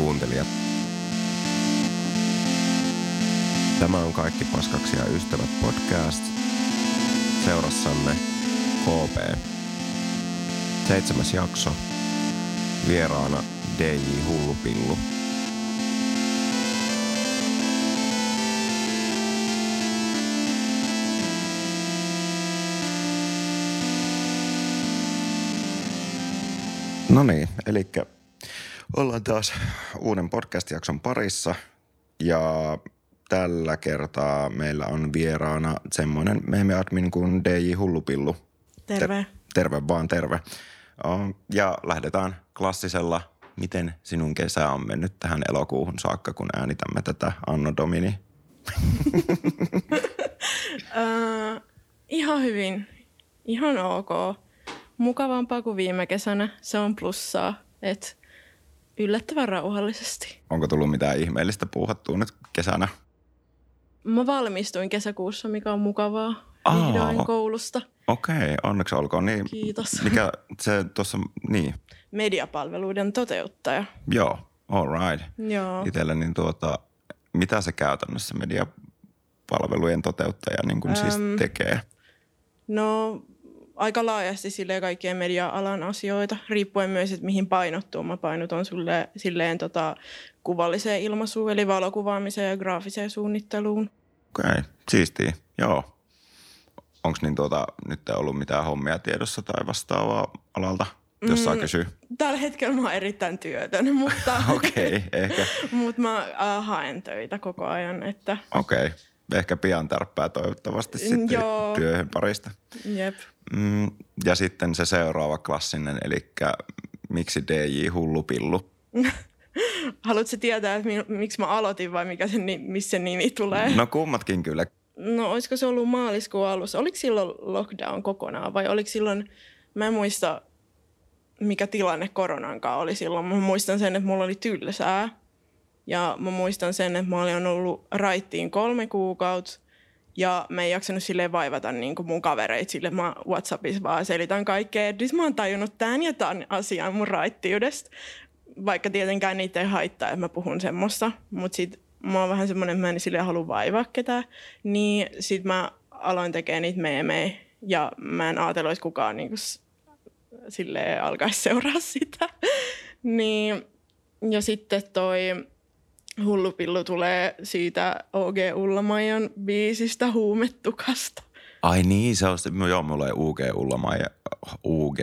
kuuntelijat. Tämä on Kaikki paskaksi ja ystävät podcast. Seurassanne KP. 7. jakso. Vieraana DJ Hullupillu. No niin, eli ollaan taas uuden podcast-jakson parissa ja tällä kertaa meillä on vieraana semmoinen meemi-admin kuin DJ Hullupillu. Terve. Terve vaan, terve. Ja lähdetään klassisella, miten sinun kesä on mennyt tähän elokuuhun saakka, kun äänitämme tätä Anno Domini? Ihan hyvin. Ihan ok. Mukavampaa kuin viime kesänä. Se on plussaa, että yllättävän rauhallisesti. Onko tullut mitään ihmeellistä puuhattua nyt kesänä? Mä valmistuin kesäkuussa, mikä on mukavaa vihdoin koulusta. Okei, onneksi olkoon. Niin, kiitos. Mikä se tuossa, niin? Mediapalveluiden toteuttaja. Joo, all right. Joo. Itsellä niin mitä se käytännössä mediapalvelujen toteuttaja niin kuin siis tekee? No aika laajasti silleen kaikkien media-alan asioita, riippuen myös, että mihin painottuu. Mä painotan silleen kuvalliseen ilmaisuun, eli valokuvaamiseen ja graafiseen suunnitteluun. Okei, siistiä. Joo. Onko niin nyt ollut mitään hommia tiedossa tai vastaavaa alalta, jos saa kysyä? Tällä hetkellä mä oon erittäin työtön, mutta Okei, ehkä. Mutta mä haen töitä koko ajan, että Okei. Ehkä pian tärppää toivottavasti sitten työhön parista. Jep. Ja sitten se seuraava klassinen, eli miksi DJ Hullupillu? Haluatko tietää, että miksi mä aloitin vai missä se nimi tulee? No kummatkin kyllä. No olisiko se ollut maaliskuun alussa? Oliko silloin lockdown kokonaan vai oliko silloin, mä en muista mikä tilanne koronankaan oli silloin. Mä muistan sen, että mulla oli tylsää. Ja mä muistan sen, että mä olin ollut raittiin 3 kuukautta ja mä en jaksanut silleen vaivata niin kuin mun kavereita. Sille mä WhatsAppissa vaan selitän kaikkea. Mä oon tajunnut tämän ja tämän asian mun raittiudesta. Vaikka tietenkään niitä ei haittaa, että mä puhun semmoista. Mutta sit mä oon vähän semmoinen, että mä en silleen halua vaivaa ketään. Niin sit mä aloin tekemään niitä meemejä ja mä en ajatellut, että kukaan niin kuin silleen alkaisi seuraa sitä. Niin, ja sitten toi Hullupillu tulee siitä OG Ullamajan biisistä Huumetukasta. Ai niin, se on se, joo, mulla ei UG Ullamaja, UG.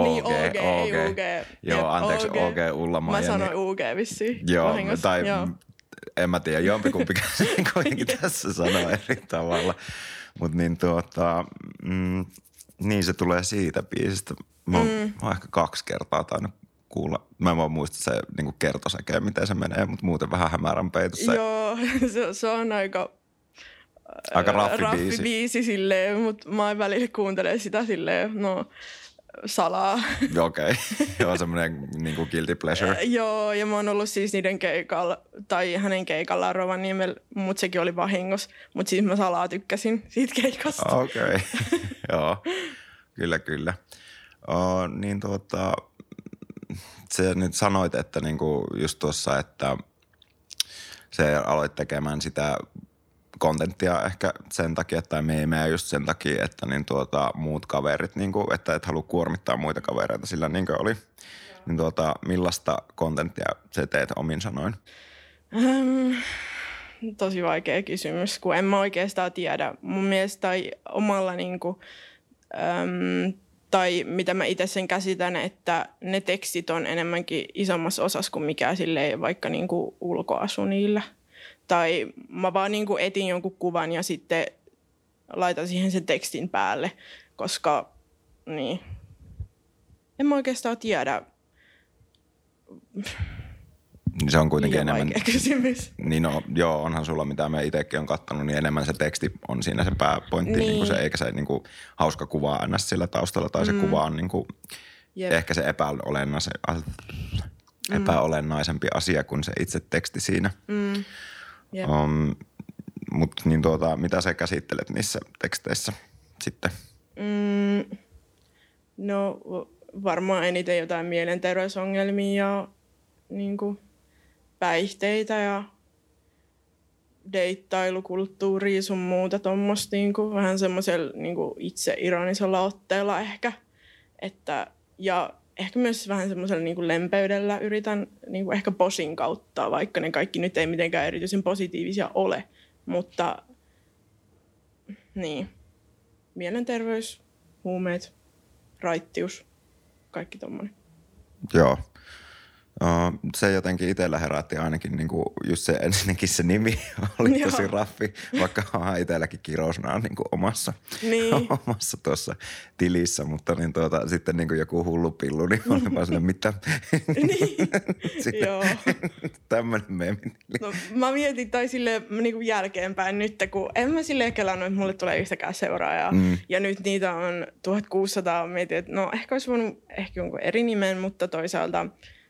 Joo, anteeksi, OG Ullamaja. Mä sanoin UG vissiin. Joo, tai joo. En mä tiedä, jompikumpi kuitenkin tässä sanoo eri tavalla. Mutta niin niin se tulee siitä biisistä. Mä oon ehkä 2 kertaa tainnut kuulla. Mä en vaan muista se niin kertosäkeä, miten se menee, mutta muuten vähän hämärän peitossa. Joo, se on aika raffi biisi silleen, mutta mä välillä kuuntelen sitä silleen, salaa. Okei, joo, semmoinen niin kuin guilty pleasure. Joo, ja mä oon ollut siis niiden keikalla, tai hänen keikallaan Rovaniemellä, mutta sekin oli vahingossa. Mutta siis mä salaa tykkäsin siitä keikasta. Okei, joo, kyllä. Niin se nyt sanoit, että niinku just tuossa, että se aloit tekemään sitä kontenttia ehkä sen takia tai meemejä just sen takia, että niin muut kaverit, niinku, että et halua kuormittaa muita kavereita sillä niin kuin oli. Niin millaista kontenttia sä teet omin sanoin? Tosi vaikea kysymys, kun en mä oikeastaan tiedä. Mun mielestä tai omalla niinku tai mitä mä itse sen käsitän, että ne tekstit on enemmänkin isommassa osassa kuin mikään silleen vaikka niinku ulkoasu niillä. Tai mä vaan niinku etin jonkun kuvan ja sitten laitan siihen sen tekstin päälle, koska niin. En mä oikeastaan tiedä. Se on kuitenkin enemmän. Vaikea kysymys. Niin joo, onhan sulla mitä me itsekin on katsonut, niin enemmän se teksti on siinä se pääpointti, niin kuin se, eikä se niin kuin hauska kuva aina sillä taustalla, tai se kuva on niin kuin ehkä se epäolennaisempi asia kuin se itse teksti siinä. Mutta niin mitä sä käsittelet niissä teksteissä sitten? No varmaan eniten jotain mielenterveysongelmia ja niinku päihteitä ja deittailukulttuuria sun muuta tuommoista niinku, vähän semmoisella niinku itse-ironisella otteella ehkä. Ja ehkä myös vähän semmoisella niinku lempeydellä yritän niinku ehkä posin kautta, vaikka ne kaikki nyt ei mitenkään erityisen positiivisia ole. Mutta niin, mielenterveys, huumeet, raittius, kaikki tommoinen. Joo. Se jotenkin itsellä herätti ainakin niinku just se ensinnäkin se nimi oli tosi raffi, vaikka onhan itselläkin kirousnaa niinku omassa tuossa tilissä, mutta niin sitten niinku joku hullu pillu, niin oli vaan sille, mitä? Niin, joo. Tämmöinen meemi. No mä mietin tai silleen niinku jälkeenpäin nyt, kun en mä silleen kelannut, että mulle tulee yhtäkään seuraajaa. Ja nyt niitä on 1600, mietin, että no ehkä olisi voinut ehkä jonkun eri nimen, mutta toisaalta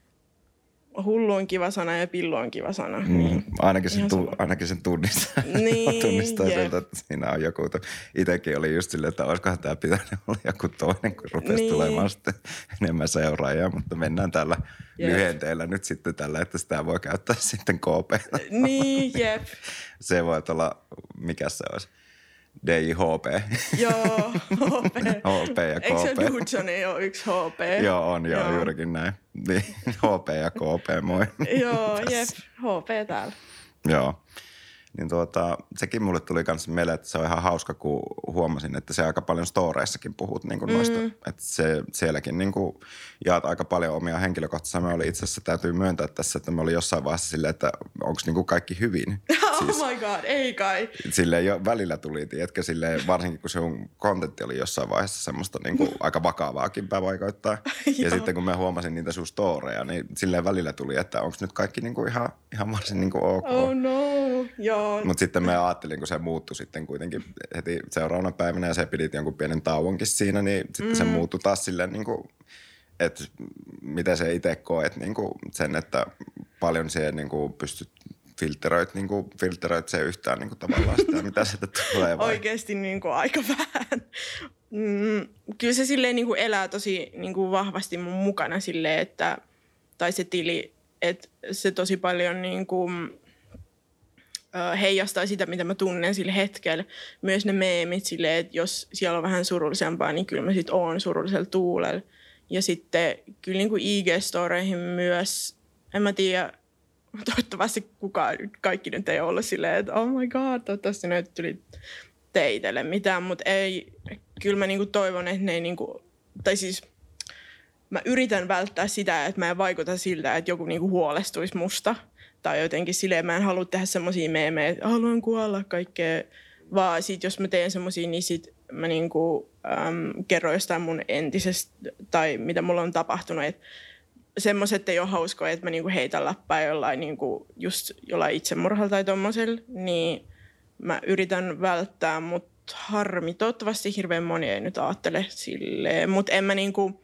hullu on kiva sana ja pillu on kiva sana. Niin. Ainakin sen tunnistaa. Niin, tunnistaa sieltä, että siinä on joku. Itsekin oli just silleen, että olisikohan tämä pitänyt olla joku toinen, kun rupesi tulemaan sitten enemmän seuraajia. Mutta mennään tällä lyhenteellä nyt sitten tällä, että sitä voi käyttää sitten KP. Niin, jep. Se voi olla, mikä se olisi? DIHP. Joo, HP. HP ja KP. Eikö se Dudesoni ole yksi HP? Joo, on joo, juurikin näin. Niin, HP ja KP, moi. Joo, jep, HP täällä. Joo. Niin sekin mulle tuli kanssa mieleen, että se on ihan hauska, kun huomasin, että se aika paljon storeissakin puhut niin kuin noista. Että sielläkin niin kuin jaat aika paljon omia henkilökohtaisia. Me oli itse asiassa, täytyy myöntää tässä, että me oli jossain vaiheessa silleen, että onko niin kuin kaikki hyvin. Oh my god, ei kai. Silleen jo välillä tuli, tiedätkö, silleen, varsinkin kun sun kontentti oli jossain vaiheessa semmoista niin kuin aika vakavaakin paikoittain. Ja sitten kun mä huomasin niitä sun storeja, niin silleen välillä tuli, että onko nyt kaikki niin kuin ihan varsin niin kuin ok. Oh no, joo. Mutta sitten mä ajattelin, kun se muuttui sitten kuitenkin heti seuraavana päivänä ja se pidit jonkun pienen tauonkin siinä, niin sitten se muuttui taas silleen niin kuin, että miten se itse koet niin kuin sen, että paljon se niin kuin pystyt filtteröit se yhtään niin kuin tavallaan sitä, mitä sieltä tulee vai? Oikeasti niin kuin aika vähän. Kyllä se silleen niin kuin elää tosi niin kuin vahvasti mun mukana silleen, että, tai se tili, että se tosi paljon niin kuin heijastaa sitä, mitä mä tunnen sillä hetkellä. Myös ne meemit silleen, että jos siellä on vähän surullisempaa, niin kyllä mä sit oon surullisella tuulella. Ja sitten kyllä niin kuin IG-storeihin myös, en mä tiedä, toivottavasti kaikki nyt ei ollut silleen, että oh my god, toivottavasti nyt tuli teitelle mitään, mutta ei, kyllä mä niinku toivon, että ne ei niinku, tai siis mä yritän välttää sitä, että mä en vaikuta siltä, että joku niinku huolestuisi musta. Tai jotenkin silleen, mä en halua tehdä semmosia meemejä, että haluan kuolla kaikkea, vaan sit jos mä teen semmosia, niin sit mä niinku kerron jostain mun entisestä tai mitä mulla on tapahtunut, että semmoiset ei ole hauskoja, että mä niinku heitän läppää jollain, niinku just jollain itsemurhalla tai tommosella, niin mä yritän välttää, mutta harmi. Toivottavasti hirveän moni ei nyt ajattele silleen, mutta en mä niinku,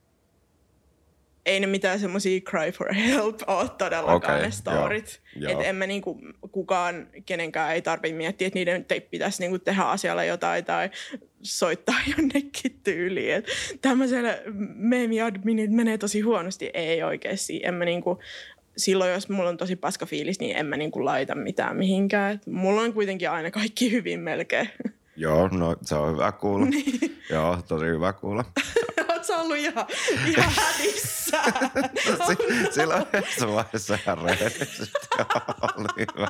ei ne mitään semmosia cry for help ole todellakaan ne storit. Että en mä niinku, kukaan, kenenkään ei tarvitse miettiä, että niiden pitäisi niinku tehdä asialla jotain tai soittaa jonnekin tyyliin. Että tämmöisellä meemi-adminit menee tosi huonosti. Ei oikeasti. En mä niinku, silloin jos mulla on tosi paska fiilis, niin en mä niinku laita mitään mihinkään. Et mulla on kuitenkin aina kaikki hyvin melkein. Joo, no se on hyvä kuulla. Niin. Joo, tosi hyvä kuulla. Oot sä ollut ihan hädissä. Silloin yhdessä vaiheessa ihan rehellisesti oli hyvä.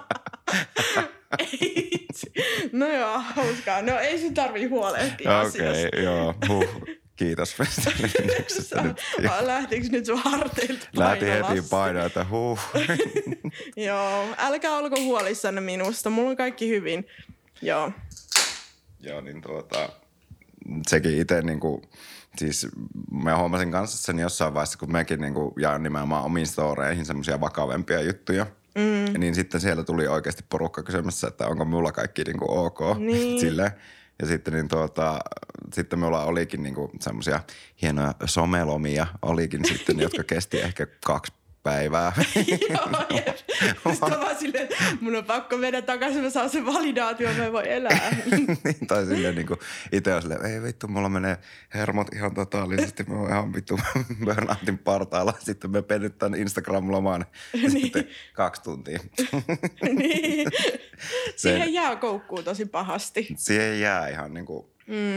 No joo, hauskaa. No ei sun tarvii huolehtia asiasta. Okei, joo. Kiitos Festivaliindeksestä nyt. Lähtikö nyt sun harteilta painolassi? Lähti heti painoa, että Joo, älkää olko huolissanne minusta. Mulla on kaikki hyvin. Joo. Joo, niin sekin itse niinku, siis mä huomasin kanssa sen jossain vaiheessa, kun mäkin niinku jaan nimenomaan omiin storeihin semmoisia vakavempia juttuja. Niin sitten siellä tuli oikeasti porukka kysymässä, että onko mulla kaikki niinku ok. Niin. Silleen. Ja sitten niin sitten mulla olikin niinku semmoisia hienoja somelomia olikin sitten, jotka kesti ehkä 2 päivää. Joo, jep. Sitten vaan silleen, mun on pakko mennä takaisin, mä saan sen validaation, mä en voi elää. Niin, tai silleen niin kuin itse on silleen, ei vittu, mulla menee hermot ihan totaalisesti, mä oon ihan vittu burnoutin partaalla. Sitten mä pennyt tän Instagram-lomaan sitten 2 tuntia. Niin, siihen jää koukkuun tosi pahasti. Siihen jää ihan niinku...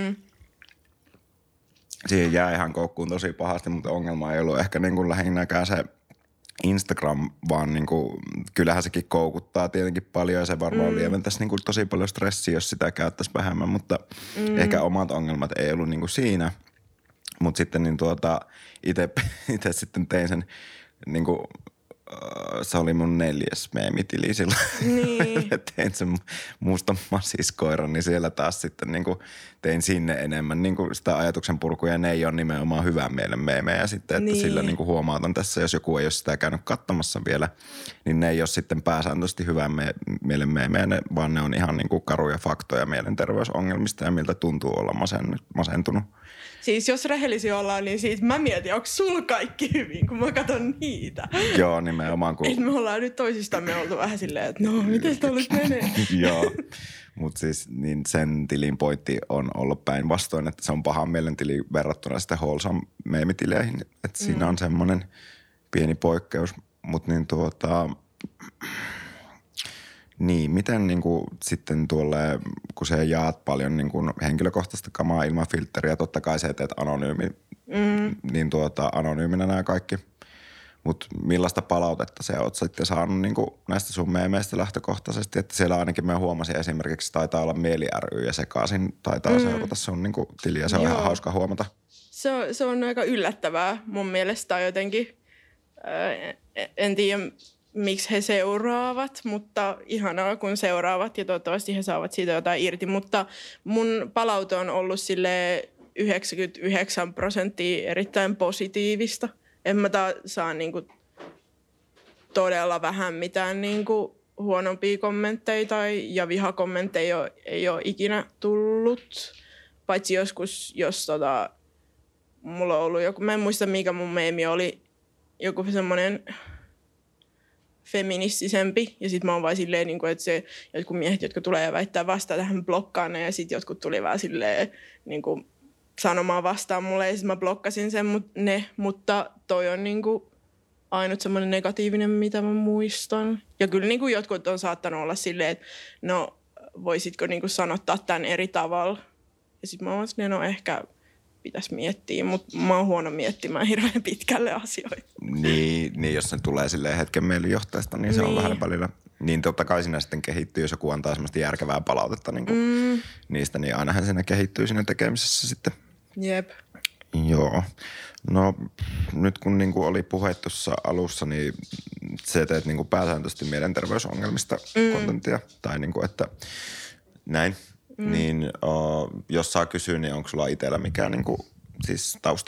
Siihen jää ihan koukkuun tosi pahasti, mutta ongelma ei ollut ehkä niin kuin lähinnäkään se Instagram, vaan niin kuin, kyllähän sekin koukuttaa tietenkin paljon ja se varmaan lieventäisi niin kuin tosi paljon stressiä, jos sitä käyttäisi vähemmän, mutta ehkä omat ongelmat ei ollut niin kuin siinä. Mutta sitten niin itse sitten tein sen niin kuin, se oli mun 4. meemitili silloin. Niin. Tein sen mustan masiskoiran, niin siellä taas sitten niin kuin tein sinne enemmän niin kuin sitä ajatuksen purkuja. Ja ne ei ole nimenomaan hyvän mielen meemejä sitten, että sillä niin kuin huomautan tässä, jos joku ei ole sitä käynyt katsomassa vielä, niin ne ei ole sitten pääsääntöisesti hyvän mielen meemejä, vaan ne on ihan niin kuin karuja faktoja mielenterveysongelmista ja miltä tuntuu olla masentunut. Siis jos rehellisiä ollaan, niin siitä mä mietin, onko sulla kaikki hyvin, kun mä katson niitä. Joo, nimenomaan. Et me ollaan nyt toisistamme oltu vähän silleen, että no, miten sitä nyt menee? Joo, mutta siis niin sen tilin pointti on ollut päinvastoin, että se on pahan mielen tili verrattuna sitten wholesome meemitileihin. Että siinä on semmoinen pieni poikkeus, mutta niin niin, miten niin kuin sitten tuolle, kun sä jaat paljon niin kuin henkilökohtaista kamaa ilman filtteriä, totta kai sä teet niin anonyyminä nämä kaikki. Mutta millaista palautetta sä oot sitten saanut niin kuin näistä sun meemeistä lähtökohtaisesti? Että siellä ainakin mä huomasin esimerkiksi, taitaa olla Mieli ry ja sekaisin taitaa seurata sun niin kuin tiliä. Se on ihan hauska huomata. Se on aika yllättävää mun mielestä jotenkin. En tiedä, miksi he seuraavat, mutta ihanaa kun seuraavat ja toivottavasti he saavat siitä jotain irti. Mutta mun palaute on ollut sille 99% erittäin positiivista. En mä saa niinku todella vähän mitään niinku huonompia kommentteja ja vihakommentteja ei ole ikinä tullut. Paitsi joskus, jos mulla on ollut joku, mä en muista mikä mun meemi oli, joku semmoinen feministisempi. Ja sit mä oon vaan silleen, niin kuin, että se jotkut miehet, jotka tulee ja väittää vastaan tähän blokkaan ja sit jotkut tuli vaan silleen niin kuin sanomaan vastaan mulle ja sit mä blokkasin sen, mutta toi on niin kuin ainut semmoinen negatiivinen, mitä mä muistan. Ja kyllä niin kuin jotkut on saattanut olla silleen, että no voisitko niin kuin sanottaa tämän eri tavalla. Ja sit mä oon silleen, no ehkä pitäisi miettiä, mutta mä oon huono miettimään hirveän pitkälle asioita. Niin jos se tulee silleen hetken mielijohteesta, niin se on vähän välillä. Niin totta kai siinä sitten kehittyy, jos joku antaa semmoista järkevää palautetta niin kuin niistä, niin ainahan siinä kehittyy siinä tekemisessä sitten. Jep. Joo. No nyt kun niin kuin oli puhe tuossa alussa, niin sä teet niin kuin pääsääntöisesti mielenterveysongelmista kontenttia. Tai niin kuin, että näin. Niin jos saa kysyä, niin onko sulla itsellä mikään niin kuin, siis tausta?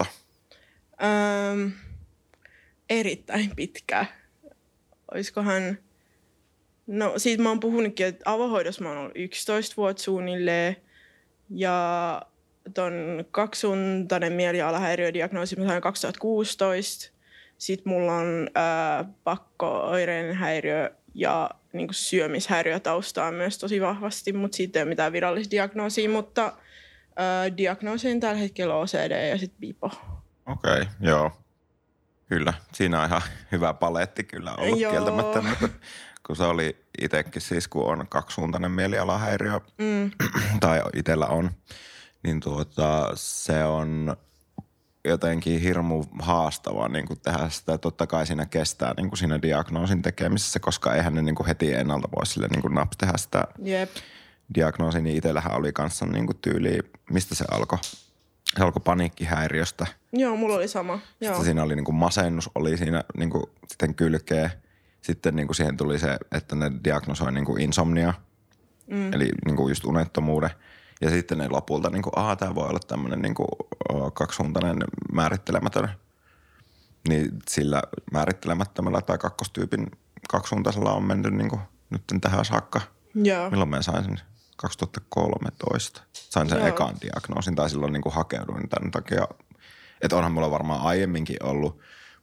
Erittäin pitkä. Oiskohan... No siis mä oon puhunutkin, että avohoidossa mä oon ollut 11 vuotta suunnilleen. Ja ton kaksisuuntainen mielialahäiriödiagnoosi mä sain 2016. Sitten mulla on pakko-oireinen häiriö ja niin kuin syömishäiriö taustaa myös tosi vahvasti, mutta siitä ei ole mitään virallista diagnoosia, mutta diagnoosin tällä hetkellä on OCD ja sitten bipo. Okei, joo. Kyllä, siinä on ihan hyvä paletti kyllä ollut kieltämättä, mutta kun se oli itsekin siis, kun on kaksisuuntainen mielialahäiriö, tai itsellä on, niin se on jotenkin hirmu haastavaa niin kuin tehdä sitä. Totta kai siinä kestää niin kuin siinä diagnoosin tekemisessä, koska eihän ne niin kuin heti ennalta voi sille niin kuin naps tehdä sitä diagnoosia. Niin itsellähän oli kanssa niin kuin tyyli, mistä se alkoi? Se alkoi paniikkihäiriöstä. Joo, mulla oli sama. Sitten siinä oli niin kuin masennus, oli siinä niin kuin sitten kylkeä. Sitten niin kuin siihen tuli se, että ne diagnosoi niin kuin insomnia, eli niin kuin just unettomuuden. Ja sitten ne lopulta, niin kuin, tämä voi olla tämmöinen niin kuin, kaksisuuntainen määrittelemätön. Niin sillä määrittelemättömällä tai kakkostyypin kaksisuuntaisella on mennyt niin kuin, nyt tähän saakka. Joo. Milloin mä sain sen? 2013. Sain sen ekan diagnoosin tai silloin niin kuin hakeuduin tämän takia. Että onhan mulla varmaan aiemminkin ollut,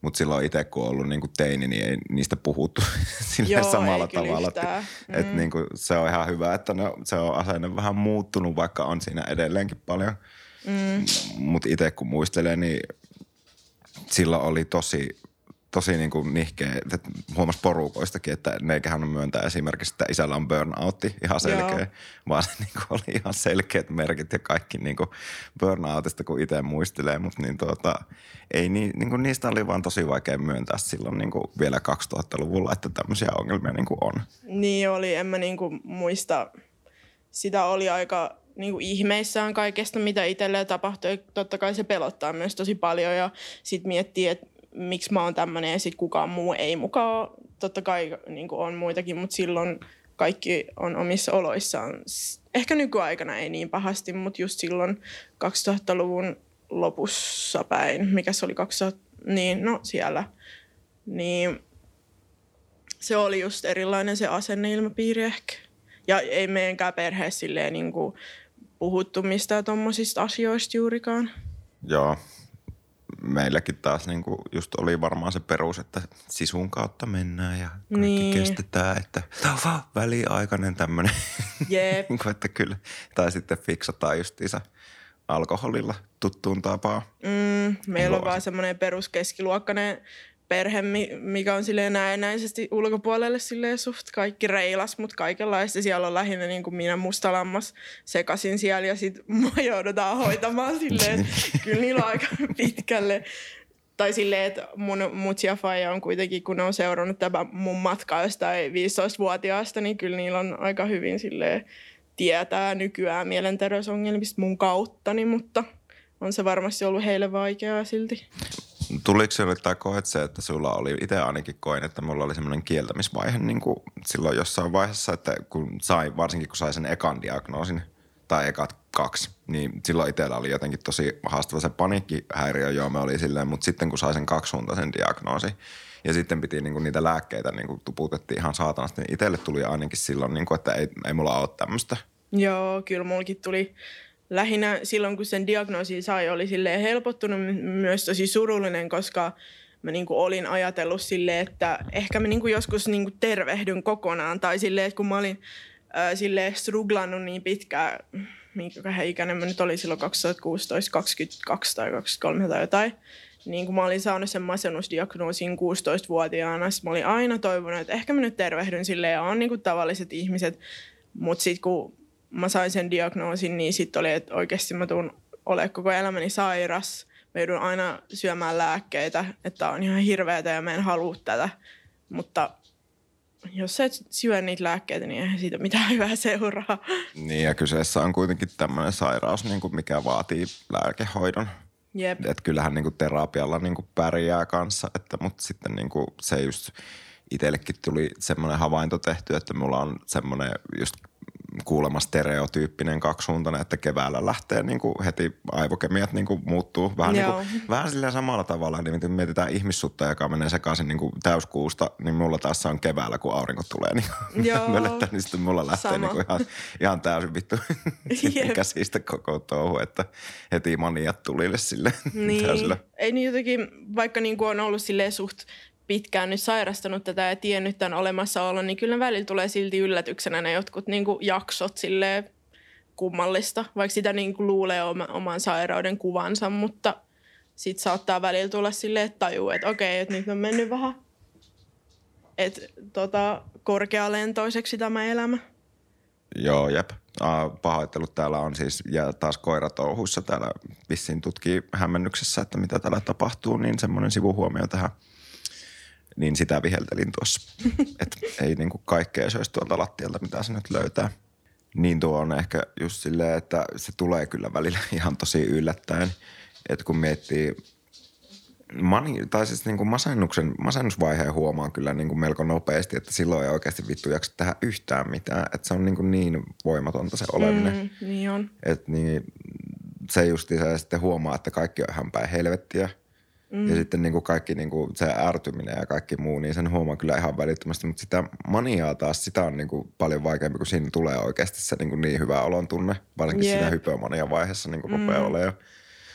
Mutta silloin itse kun on ollut niinku teini, niin ei niistä puhuttu silleen samalla tavalla. Että niinku, se on ihan hyvä, että se on asenne vähän muuttunut, vaikka on siinä edelleenkin paljon. Mutta itse kun muistelee, niin silloin oli tosi niin kuin nihkeä, että huomasi porukoistakin, että neikähän on myöntää esimerkiksi, että isällä on burnoutti ihan selkeä, Joo. vaan se niin kuin oli ihan selkeät merkit ja kaikki niin kuin burnoutista, kun itse muistelee, mutta niin ei niin kuin niistä oli vaan tosi vaikea myöntää silloin niin kuin vielä 2000-luvulla, että tämmöisiä ongelmia niin kuin on. Niin oli, en mä niin kuin muista, sitä oli aika niin kuin ihmeissään kaikesta, mitä itselleen tapahtui. Totta kai se pelottaa myös tosi paljon ja sitten miettii, että miksi mä oon tämmöinen ja sitten kukaan muu ei mukaan. Totta kai niin kuin on muitakin, mutta silloin kaikki on omissa oloissaan. Ehkä nykyaikana ei niin pahasti, mutta just silloin 2000-luvun lopussa päin, mikä se oli 2000, niin no siellä, niin se oli just erilainen se asenneilmapiiri ehkä. Ja ei meidänkään perheessä silleen niin kuin puhuttu mistään tommosista asioista juurikaan. Joo. Meilläkin taas niinku just oli varmaan se perus, että sisun kautta mennään ja kaikki kestetään, että tämä on vaan väliaikainen tämmöinen. Jep. Että kyllä. Tai sitten fiksataan justiinsa alkoholilla tuttuun tapaan. Meillä on vaan semmoinen peruskeskiluokkainen perhe, mikä on silleen näennäisesti ulkopuolelle silleen suht kaikki reilas, mutta kaikenlaista. Siellä on lähinnä niin kuin minä mustalammas sekasin siellä ja sitten mua joudutaan hoitamaan silleen, kyllä niillä on aika pitkälle. Tai silleen, että mun mutsi ja faija on kuitenkin, kun ne on seurannut tämä mun matkaa jostain 15-vuotiaasta, niin kyllä niillä on aika hyvin silleen tietää nykyään mielenterveysongelmista mun kauttani, mutta on se varmasti ollut heille vaikeaa silti. Tuliko sinulle tai koet se, että sulla oli, itse ainakin koin, että mulla oli semmoinen kieltämisvaihe niin kuin silloin jossain vaiheessa, että varsinkin kun sai sen ekan diagnoosin tai ekat 2, niin silloin itsellä oli jotenkin tosi haastava se paniikkihäiriö, joo me oli silleen, mutta sitten kun sai sen 2-suuntaisen diagnoosin ja sitten piti niin kuin niitä lääkkeitä niin kuin tuputettiin ihan saatanasti, niin itselle tuli ainakin silloin, niin kuin, että ei mulla ole tämmöistä. Joo, kyllä mullakin tuli. Lähinnä silloin, kun sen diagnoosin sai, oli silleen helpottunut, myös tosi surullinen, koska mä niinku olin ajatellut silleen, että ehkä mä niinku joskus niinku tervehdyn kokonaan. Tai silleen, että kun mä olin silleen struglannut niin pitkään, minkä ikäinen mä nyt olin silloin 2016, 22 tai 23 tai jotain. Niin kun mä olin saanut sen masennusdiagnoosin 16-vuotiaana, mä olin aina toivonut, että ehkä mä nyt tervehdyn silleen ja on niinku tavalliset ihmiset. Mutta sitten kun mä sain sen diagnoosin, niin sitten oli, että oikeasti mä tuun olemaan koko elämäni sairas. Mä joudun aina syömään lääkkeitä, että on ihan hirveätä ja mä en halua tätä. Mutta jos sä et syö niitä lääkkeitä, niin eihän siitä mitään hyvää seuraa. Niin ja kyseessä on kuitenkin tämmöinen sairaus, niin kuin mikä vaatii lääkehoidon. Jep. Että kyllähän niin kuin terapialla niin kuin pärjää kanssa, mutta sitten niin kuin se just itsellekin tuli semmoinen havainto tehty, että mulla on semmoinen just kuulemma stereotyyppinen kaksisuuntainen, että keväällä lähtee niin kuin heti aivokemiat niin kuin muuttuu vähän, niin kuin, vähän sillä samalla tavalla. Niin mietitään ihmissutta, joka menee sekaisin niin kuin täyskuusta, niin mulla taas on keväällä, kun aurinko tulee niin möllettä, niin sitten mulla lähtee niin kuin ihan täysin vittu käsistä koko touhu, että heti maniat tulille silleen niin. täysillä. Ei niin jotenkin, vaikka niin kuin on ollut silleen suht pitkään nyt sairastanut tätä ja tiennyt tämän olemassaolon, niin kyllä välillä tulee silti yllätyksenä ne jotkut niin kuin jaksot silleen kummallista, vaikka sitä niin kuin luulee oman sairauden kuvansa, mutta sitten saattaa välillä tulla silleen, että tajuu, että okei, että nyt on mennyt vähän korkealentoiseksi tämä elämä. Joo, jep. Pahoittelut täällä on siis, ja taas koiratouhuissa täällä vissiin tutkii hämmennyksessä, että mitä täällä tapahtuu, niin semmoinen sivuhuomio tähän. Niin sitä viheltelin tuossa, että ei niinku kaikkea söisi tuolta lattialta, mitä se nyt löytää. Niin tuo on ehkä just silleen, että se tulee kyllä välillä ihan tosi yllättäen. Että kun miettii, tai siis niinku masennusvaiheen huomaa kyllä niinku melko nopeasti, että silloin ei oikeasti vittu jaksa tehdä yhtään mitään. Että se on niin voimatonta se oleminen. Niin on. Että niin, se justiinsa sitten huomaa, että kaikki on ihan päin helvettiä. Ja sitten niin kuin kaikki niin kuin se ärtyminen ja kaikki muu, niin sen huomaa kyllä ihan välittömästi. Mutta sitä maniaa taas, sitä on niin kuin paljon vaikeampi, kun siinä tulee oikeasti se niin hyvä olon tunne. Varsinkin siinä hypomanian vaiheessa niin rupeaa olemaan.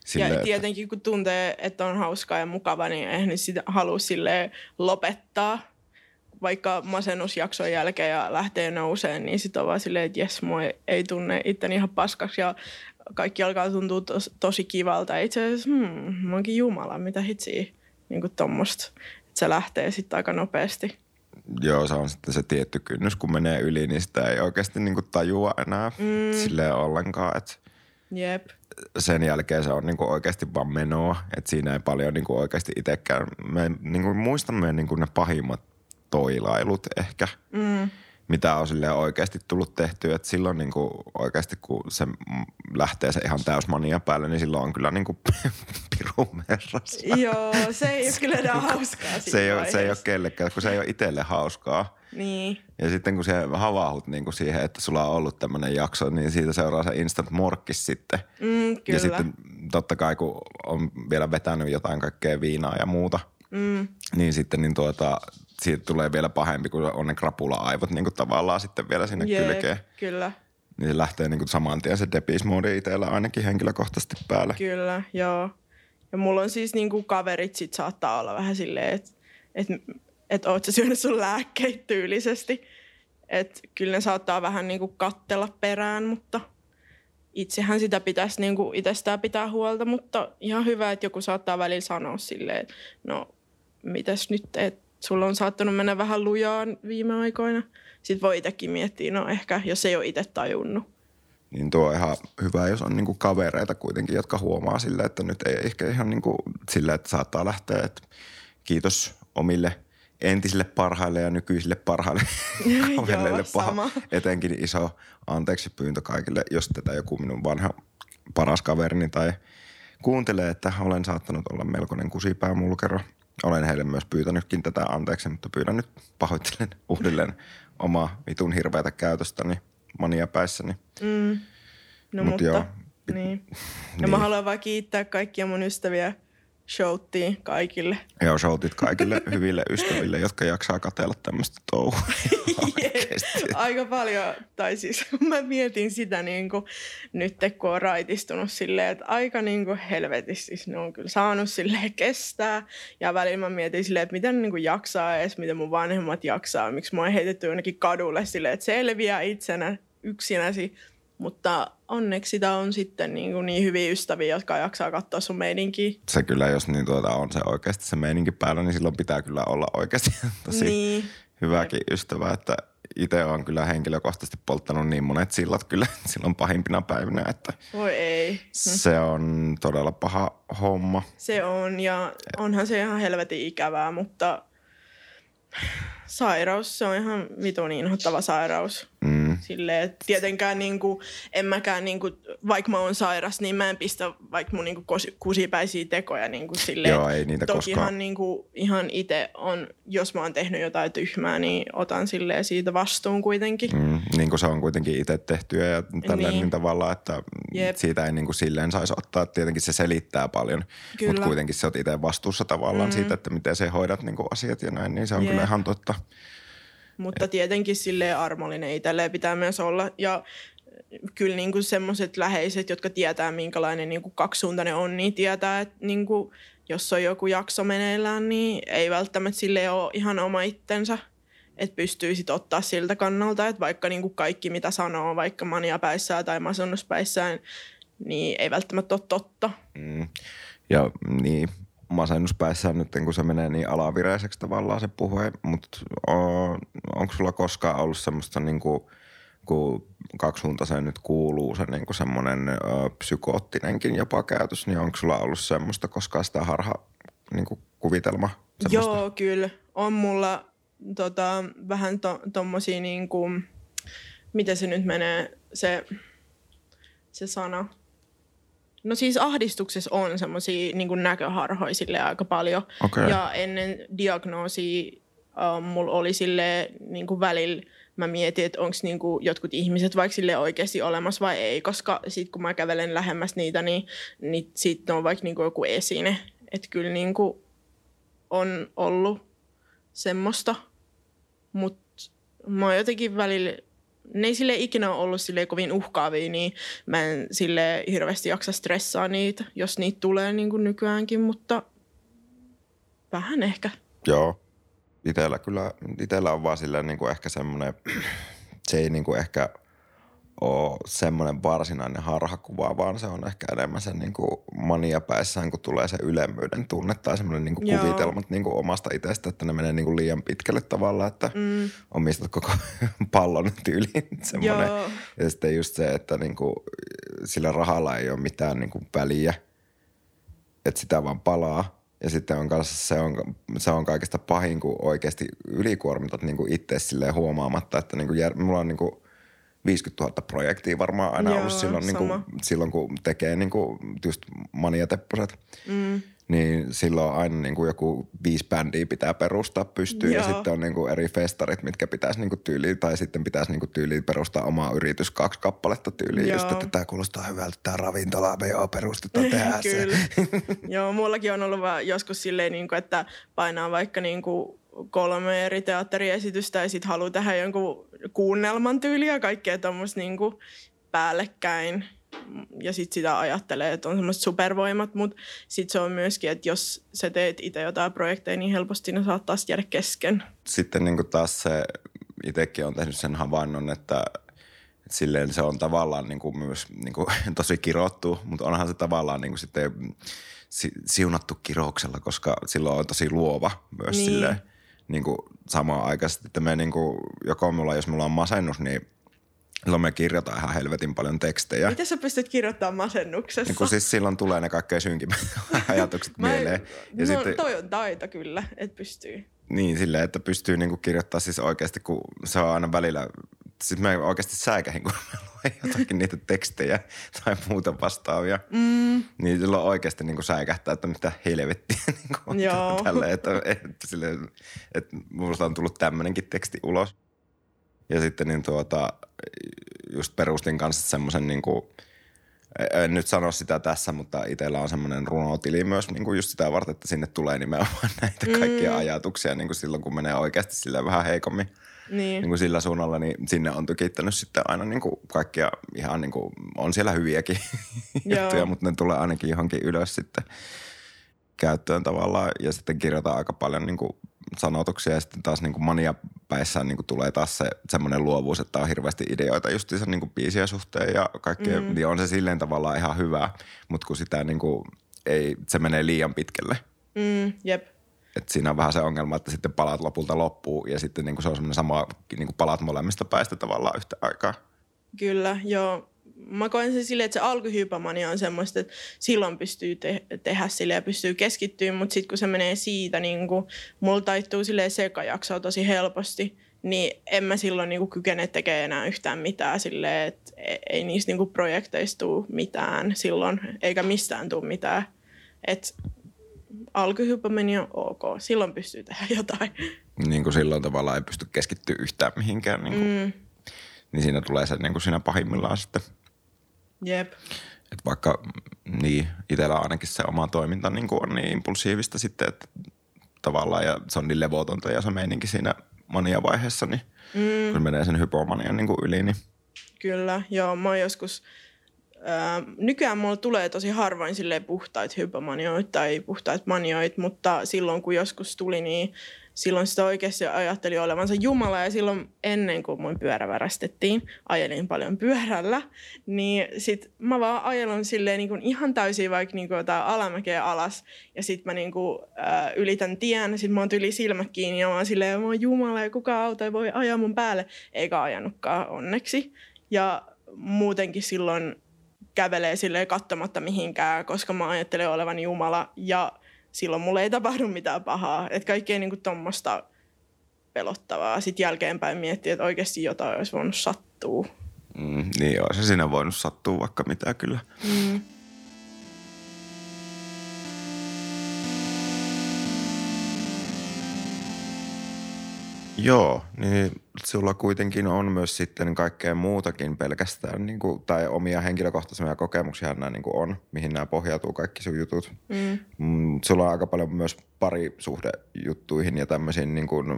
Ja tietenkin kun tuntee, että on hauskaa ja mukava, niin eihän nyt sitä halua silleen lopettaa. Vaikka masennusjakson jälkeen ja lähtee nouseen, niin sitten on vaan silleen, että jes, mua ei tunne itteni ihan paskaksi ja kaikki alkaa tuntua tosi kivalta. Itse asiassa, mä oonkin jumala, mitä hitsiä, niin kuin tommoista, että se lähtee sitten aika nopeasti. Joo, se on sitten se tietty kynnys, kun menee yli, niin sitä ei oikeasti niin kuin tajua enää silleen ollenkaan, että Jep. sen jälkeen se on niin kuin oikeasti vaan menoa, että siinä ei paljon niin kuin oikeasti itsekään, me niin kuin muistamme niin kuin ne pahimmat toilailut ehkä, mitä on silleen oikeasti tullut tehtyä. Että silloin niin kuin oikeasti, kun se lähtee se ihan täysmania päälle, niin silloin on kyllä niin kuin pirun merrassa. Joo, se ei ole kyllä enää hauskaa se ei ole kellekään, kun se ei ole itselle hauskaa. Niin. Ja sitten kun se havahut niin kuin siihen, että sulla on ollut tämmöinen jakso, niin siitä seuraa se instant morkkis sitten. Kyllä. Ja sitten totta kai, kun on vielä vetänyt jotain kaikkea viinaa ja muuta, niin sitten niin siitä tulee vielä pahempi, kun on ne krapula-aivot niin kuin tavallaan sitten vielä sinne kylkeen. Kyllä. Niin se lähtee niin kuin saman tien se depeche-moodi itsellä ainakin henkilökohtaisesti päälle. Kyllä, joo. Ja mulla on siis niin kuin kaverit sit saattaa olla vähän silleen, että oot sä syönyt sun lääkkeitä tyylisesti. Että kyllä ne saattaa vähän niin kuin kattella perään, mutta itsehän sitä pitäisi niin kuin itsestään pitää huolta. Mutta ihan hyvä, että joku saattaa välillä sanoa silleen, että no mitäs nyt, että sulla on saattanut mennä vähän lujaan viime aikoina. Sitten voi itsekin miettiä, no ehkä jos ei ole itse tajunnut. Niin tuo on ihan hyvä, jos on niinku kavereita kuitenkin, jotka huomaa silleen, että nyt ei ehkä ihan niinku silleen, että saattaa lähteä. Että kiitos omille entisille parhaille ja nykyisille parhaille kavereille. Etenkin iso anteeksi pyyntö kaikille, jos tätä joku minun vanha paras kaverini tai kuuntelee, että olen saattanut olla melkoinen kusipäämulkero. Olen heille myös pyytänytkin tätä anteeksi, mutta pyydän nyt pahoittelen uudelleen omaa vitun hirveätä käytöstäni maniapäissäni. No mutta joo. Niin. Ja mä haluan vaan kiittää kaikkia mun ystäviä. Shouttiin kaikille. Joo, shoutit kaikille hyville ystäville, jotka jaksaa katsella tämmöistä touhua. Aika paljon, tai siis mä mietin sitä niin kuin nyt, kun on raitistunut silleen, että aika niin kuin helvetissä siis ne on kyllä saanut silleen kestää. Ja välillä mä mietin silleen, että miten niin kuin jaksaa edes, miten mun vanhemmat jaksaa, miksi mä oon heitetty jonnekin kadulle silleen, että selviää itsenä yksinäsi. Mutta onneksi sitä on sitten niin hyviä ystäviä, jotka jaksaa katsoa sun meininkiä. Se kyllä, jos niin on se oikeasti se meininki päällä, niin silloin pitää kyllä olla oikeasti tosi hyvääkin ystävää. Että itse on kyllä henkilökohtaisesti polttanut niin monet sillat kyllä silloin pahimpina päivinä, että voi ei. Se on todella paha homma. Se on ja onhan se ihan helvetin ikävää, mutta sairaus, se on ihan vitun inhottava sairaus. Silleen, että tietenkään en mäkään, vaikka mä oon sairas, niin mä en pistä vaikka mun kusipäisiä tekoja silleen. Joo, ei niitä tokihan koskaan. Ihan itse on, jos mä oon tehnyt jotain tyhmää, niin otan silleen siitä vastuun kuitenkin. Niin kuin se on kuitenkin itse tehtyä ja tälleen niin tavallaan, että siitä ei silleen saisi ottaa. Tietenkin se selittää paljon, mutta kuitenkin sä oot itse vastuussa tavallaan siitä, että miten sä hoidat asiat ja näin, niin se on kyllä ihan totta. Mutta tietenkin silleen armollinen itselleen pitää myös olla. Ja kyllä semmoiset läheiset, jotka tietää minkälainen kaksisuuntainen on, niin tietää, että jos on joku jakso meneillään, niin ei välttämättä silleen ole ihan oma itsensä. Että pystyy sitten ottaa siltä kannalta, että vaikka kaikki mitä sanoo, vaikka maniapäissään tai masennuspäissään, niin ei välttämättä ole totta. Ja niin. Masennuspäissään nyt, kun se menee niin alavireiseksi tavallaan se puhe, mutta onko sulla koskaan ollut semmoista, kun kaksisuuntaiseen nyt kuuluu se semmoinen psykoottinenkin jopa käytös, niin onko sulla ollut semmoista koskaan sitä kuvitelma? Semmoista? Joo, kyllä. On mulla vähän tommosia miten se nyt menee, se sana. No siis ahdistuksessa on semmoisia näköharhoja silleen aika paljon. Okay. Ja ennen diagnoosia mulla oli silleen välillä, mä mietin, että onko jotkut ihmiset vaikka silleen oikeasti olemassa vai ei. Koska sit kun mä kävelen lähemmäs niitä, niin sitten on vaikka joku esine. Että kyllä on ollut semmoista. Mutta mä oon jotenkin välillä ne ei sille ikinä ole ollut sille kovin uhkaavia, niin mä en sille hirveästi jaksa stressaa niitä, jos niitä tulee niin kuin nykyäänkin, mutta vähän ehkä. Joo. Itellä on vaan silleen niin kuin ehkä semmoinen, se ei niin kuin ehkä ole semmoinen varsinainen harhakuva, vaan se on ehkä enemmän sen niin kuin maniapäissään, kun tulee se ylemmyyden tunne tai semmoinen niin kuin kuvitelmat niin kuin omasta itsestä, että ne menee niin kuin liian pitkälle tavallaan, että omistat koko pallon tyyliin semmoinen. Joo. Ja sitten just se, että niin kuin sillä rahalla ei ole mitään niin kuin väliä, että sitä vaan palaa. Ja sitten on kanssa se on kaikista pahin, kun oikeasti ylikuormitat niin kuin itse silleen huomaamatta, että niin kuin mulla on niin kuin 50 000 projektia varmaan aina ollut silloin, kun tekee niin kuin just maniatepposet. Niin silloin aina niin kuin joku 5 bändiä pitää perustaa pystyyn ja sitten on niin kuin eri festarit, mitkä pitäisi niin kuin tyyliin tai sitten pitäisi niin kuin tyyliin perustaa omaa yritys 2 kappaletta tyyliin. Just, että tämä kuulostaa hyvältä, tämä ravintola, me joo perustetaan, tehdään se. Joo, mullakin on ollut joskus silleen, niin kuin, että painaa vaikka niin kuin 3 eri teatteriesitystä ja sitten haluaa tehdä jonkun kuunnelman tyyliä ja kaikkea tommoista niin kuin päällekkäin. Ja sitten sitä ajattelee, että on semmoiset supervoimat, mutta sitten se on myöskin, että jos sä teet itse jotain projekteja, niin helposti ne saattaa jäädä kesken. Sitten niin kuin taas se, itsekin on tehnyt sen havainnon, että silleen se on tavallaan niin kuin myös niin kuin tosi kirottu, mutta onhan se tavallaan niin kuin sitten siunattu kirouksella, koska silloin on tosi luova myös niin. Silleen niin kuin samaan aikaisesti, että me niin kuin, jos mulla on masennus, niin silloin me kirjoitaan ihan helvetin paljon tekstejä. Miten sä pystyt kirjoittamaan masennuksessa? Niin kun siis silloin tulee ne kaikkein synkimmät ajatukset mieleen. Ja sitten, toi on taito kyllä, että pystyy. Niin, silleen, että pystyy niinku kirjoittamaan siis oikeasti, kun se on aina välillä, siis mä oikeasti säikähin, kun mä luen jotakin niitä tekstejä tai muuta vastaavia. Niin silloin oikeasti niinku säikähtää, että mitä helvettiä niinku tälleen, että musta on tullut tämmönenkin teksti ulos. Ja sitten niin just perustin kanssa semmoisen niinku, en nyt sano sitä tässä, mutta itsellä on semmoinen runotili myös niinku just sitä varten, että sinne tulee nimenomaan näitä kaikkia ajatuksia niinku silloin, kun menee oikeasti silleen vähän heikommin. Niin sillä suunnalla, niin sinne on tykittänyt sitten aina niinku kaikkia ihan niinku, on siellä hyviäkin juttuja, mutta ne tulee ainakin johonkin ylös sitten käyttöön tavallaan ja sitten kirjoitan aika paljon niinku sanotuksia ja sitten taas niinku maniapäissään niinku tulee taas se semmoinen luovuus, että on hirveästi ideoita justiinsa niinku biisien suhteen ja kaikkea. Ja on se silleen tavallaan ihan hyvä, mutta kun sitä niinku ei, se menee liian pitkälle. Jep. Et siinä on vähän se ongelma, että sitten palaat lopulta loppuun ja sitten niinku se on semmoinen sama, niinku palaat molemmista päistä tavallaan yhtä aikaa. Kyllä, joo. Mä koen sen silleen, että se alkuhypomania on semmoista, että silloin pystyy tehdä silleen ja pystyy keskittymään, mutta sitten kun se menee siitä, niin kuin mulla taittuu silleen sekajaksoa tosi helposti, niin en mä silloin niin kuin kykene tekemään enää yhtään mitään silleen, että ei niistä niin kuin projekteista tule mitään silloin, eikä mistään tule mitään. Että alkuhypomania on ok, silloin pystyy tehdä jotain. Niin kuin silloin tavallaan ei pysty keskittyä yhtään mihinkään, niin siinä tulee se niin kuin siinä pahimmillaan sitten. Jep. Että vaikka niin, itsellä ainakin se oma toiminta niin kuin on niin impulsiivista sitten, että tavallaan ja se on niin levotonta ja se meininki siinä mania-vaiheessa, niin kun se menee sen hypomanian niin kuin yli, niin. Kyllä, joo. Mä oon joskus, nykyään mulla tulee tosi harvoin silleen puhtaita hypomanioita tai puhtaita manioita, mutta silloin kun joskus tuli, niin silloin sitä oikeasti ajatteli olevansa Jumala ja silloin ennen kuin mun pyörä värästettiin, ajelin paljon pyörällä, niin sit mä vaan ajelin silleen niin kuin ihan täysin vaikka niin kuin jotain alamäkeä alas ja sit mä niin kuin, ylitän tien, sit mä oon tyli silmät kiinni ja mä oon silleen, mä oon Jumala ja kukaan auto ei voi ajaa mun päälle, eikä ajanutkaan onneksi. Ja muutenkin silloin kävelee silleen katsomatta mihinkään, koska mä ajattelen olevan Jumala ja silloin mulle ei tapahdu mitään pahaa. Että kaikkea niinku tommoista pelottavaa. Sitten jälkeenpäin miettii, että oikeasti jotain olisi voinut sattua. Niin olisi siinä voinut sattua vaikka mitä kyllä. Joo, niin sulla kuitenkin on myös sitten kaikkea muutakin pelkästään, niin kuin, tai omia henkilökohtaisia kokemuksia nämä niin kuin on, mihin nämä pohjautuu kaikki sun jutut. Sulla on aika paljon myös parisuhdejuttuihin ja tämmöisiin niin kuin,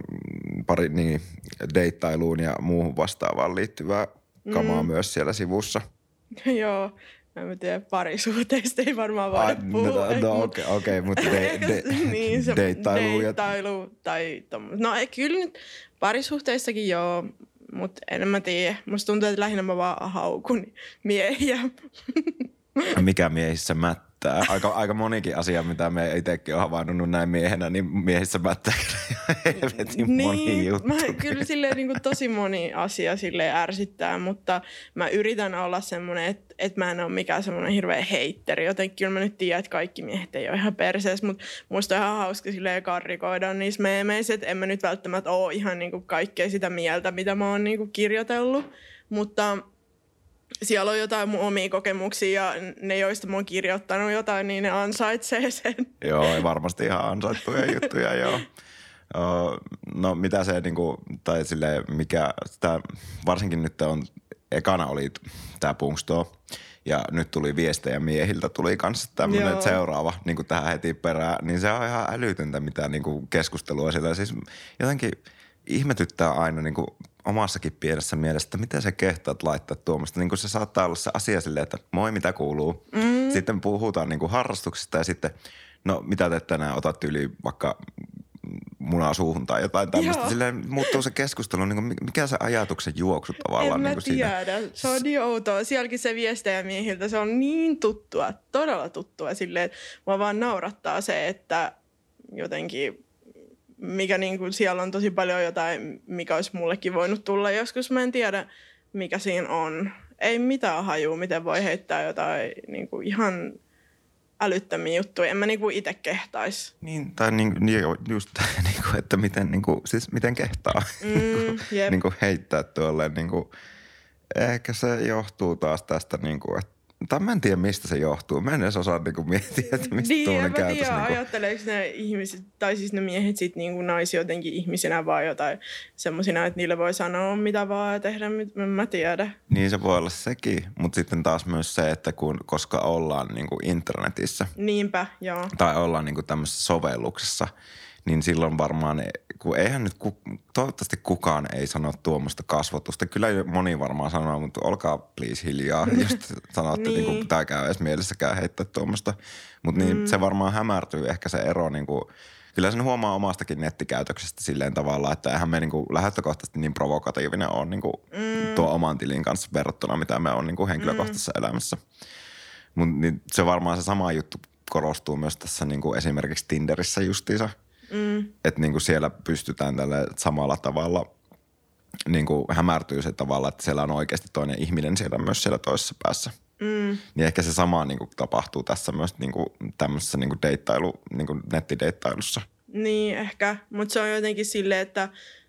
deittailuun ja muuhun vastaavaan liittyvää kamaa myös siellä sivussa. Joo. En tiedä, parisuhteista ei varmaan voida puhua. No okei, mutta niin, deittailu tai tommoista. No kyllä nyt parisuhteistakin joo, mutta en mä tiedä. Musta tuntuu, että lähinnä mä vaan haukun miehiä. Mikä miehissä mättää? Aika monikin asia, mitä me itsekin on havainnut näin miehenä, niin miehissä mättää helvetin moni juttu. Kyllä silleen niin kuin tosi moni asia silleen ärsyttää, mutta mä yritän olla semmoinen, että mä en ole mikään semmoinen hirveä heitteri. Jotenkin kyllä mä nyt tiedän, että kaikki miehet ei ole ihan perseessä, mutta musta on ihan hauska silleen karrikoida niissä meemeissä, että en mä nyt välttämättä ole ihan niin kuin kaikkea sitä mieltä, mitä mä oon niin kuin kirjoitellut, mutta siellä on jotain mun omia kokemuksia ja ne, joista mä oon kirjoittanut jotain, niin ne ansaitsee sen. Joo, varmasti ihan ansaittuja juttuja, joo. No mitä se niinku, tai silleen mikä, sitä, varsinkin nyt ekana oli tää Punkstore ja nyt tuli viestejä miehiltä, tuli kanssa tämmönen seuraava niinku tähän heti perään, niin se on ihan älytöntä mitä niinku keskustelua siellä. Siis jotenkin ihmetyttää aina niinku omassakin pienessä mielessä, että miten sä kehtaat laittaa tuommoista. Niin kuin se saattaa olla se asia silleen, että moi, mitä kuuluu. Sitten puhutaan niin kuin harrastuksista ja sitten, no mitä te tänään otat yli vaikka munaa suuhun tai jotain tämmöistä. Silleen muuttuu se keskustelu, niin kuin mikä se ajatuksen juoksu tavallaan. En mä niin kuin tiedä. Siinä. Se on niin outoa. Sielläkin se viestejä miehiltä, se on niin tuttua, todella tuttua silleen, että mua vaan naurattaa se, että jotenkin mikä niin kuin siellä on tosi paljon jotain, mikä olisi mullekin voinut tulla joskus. Mä en tiedä, mikä siinä on. Ei mitään hajua, miten voi heittää jotain niin kuin ihan älyttömiä juttuja. En mä niin kuin itse kehtaisi. Niin, tai just niin kuin, että miten, niin kuin, siis miten kehtaa niin kuin heittää tuolleen. Niin kuin, ehkä se johtuu taas tästä, niin kuin, että tai mä en tiedä, mistä se johtuu. Mä en edes osaa niinku miettiä, että mistä tuollainen käytös. Niin, en ajatteleeko ne ihmiset, tai siis ne miehet sit niinku naisia jotenkin ihmisinä vaan jotain semmosina, että niille voi sanoa mitä vaan ja tehdä, en mä tiedä. Niin se voi olla sekin, mutta sitten taas myös se, että koska ollaan niinku internetissä. Niinpä, joo. Tai ollaan niinku tämmöisessä sovelluksessa, niin silloin varmaan, kun eihän nyt, toivottavasti kukaan ei sano tuommoista kasvotusta. Kyllä moni varmaan sanoo, mutta olkaa please hiljaa, jos sanotte, niin kuin pitää käy edes mielessäkään heittää tuommoista. Mutta niin se varmaan hämärtyy ehkä se ero, niin kuin, kyllä sen huomaa omastakin nettikäytöksestä silleen tavalla, että eihän me niin kuin lähtökohtaisesti niin provokatiivinen ole niin kuin tuo oman tilin kanssa verrattuna, mitä me on niin kuin henkilökohtaisessa elämässä. Mutta niin se varmaan se sama juttu korostuu myös tässä niin kuin esimerkiksi Tinderissä justiinsa. Että niinku siellä pystytään tällä samalla tavalla niinku hämärtyy se tavalla, että siellä on oikeasti toinen ihminen siellä myös siellä toisessa päässä. Niin ehkä se sama niinku tapahtuu tässä myös niinku tämmöisessä niinku niinku nettideittailussa. Niin ehkä, mutta se on jotenkin silleen, että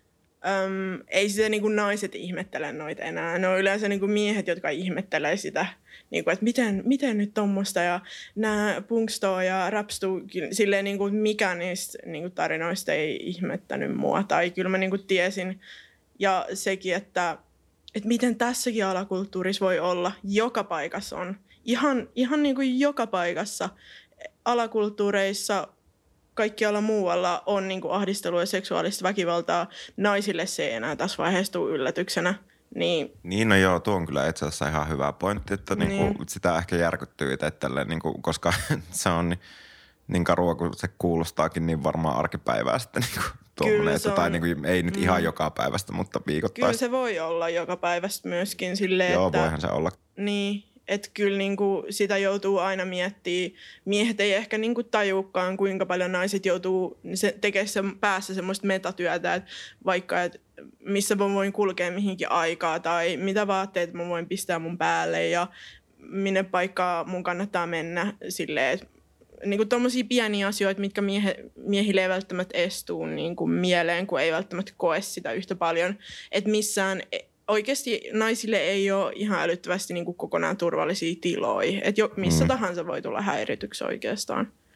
ei sitä niinku naiset ihmettele noita enää. Ne on yleensä niinku miehet, jotka ihmettelee sitä, niinku, että miten nyt tommoista ja nämä Punkstore ja Rapstu, silleen niinku, mikä niistä niinku tarinoista ei ihmettänyt mua. Tai kyllä mä niinku tiesin. Ja sekin, että miten tässäkin alakulttuurissa voi olla, joka paikassa on. Ihan niinku joka paikassa alakulttuureissa kaikkialla muualla on niin kuin ahdistelua ja seksuaalista väkivaltaa. Naisille se ei enää tässä vaiheessa tule yllätyksenä. Niin, no joo, tuo on kyllä itse asiassa ihan hyvä pointti, että niin kuin sitä ehkä järkyttyy itselleen, niin kuin, koska se on niin karua, kun se kuulostaakin niin varmaan arkipäivää sitten niin kuin tuommoinen, että, tai niin kuin, ei nyt ihan joka päivästä, mutta viikoittain. Kyllä se voi olla joka päivästä myöskin silleen, joo, että voihan se olla. Niin. Että kyllä niinku sitä joutuu aina miettimään. Miehet ei ehkä niinku tajuukaan, kuinka paljon naiset joutuu tekemään päässä semmoista metatyötä, että vaikka et missä mä voin kulkea mihinkin aikaa tai mitä vaatteet mä voin pistää mun päälle ja minne paikkaa mun kannattaa mennä silleen. Niinku tommosia pieniä asioita, mitkä miehille ei välttämättä estuu niinku mieleen, kun ei välttämättä koe sitä yhtä paljon. Että missään oikeasti naisille ei ole ihan älyttävästi niin kuin kokonaan turvallisia tiloja. Että missä tahansa voi tulla häirityksi oikeastaan.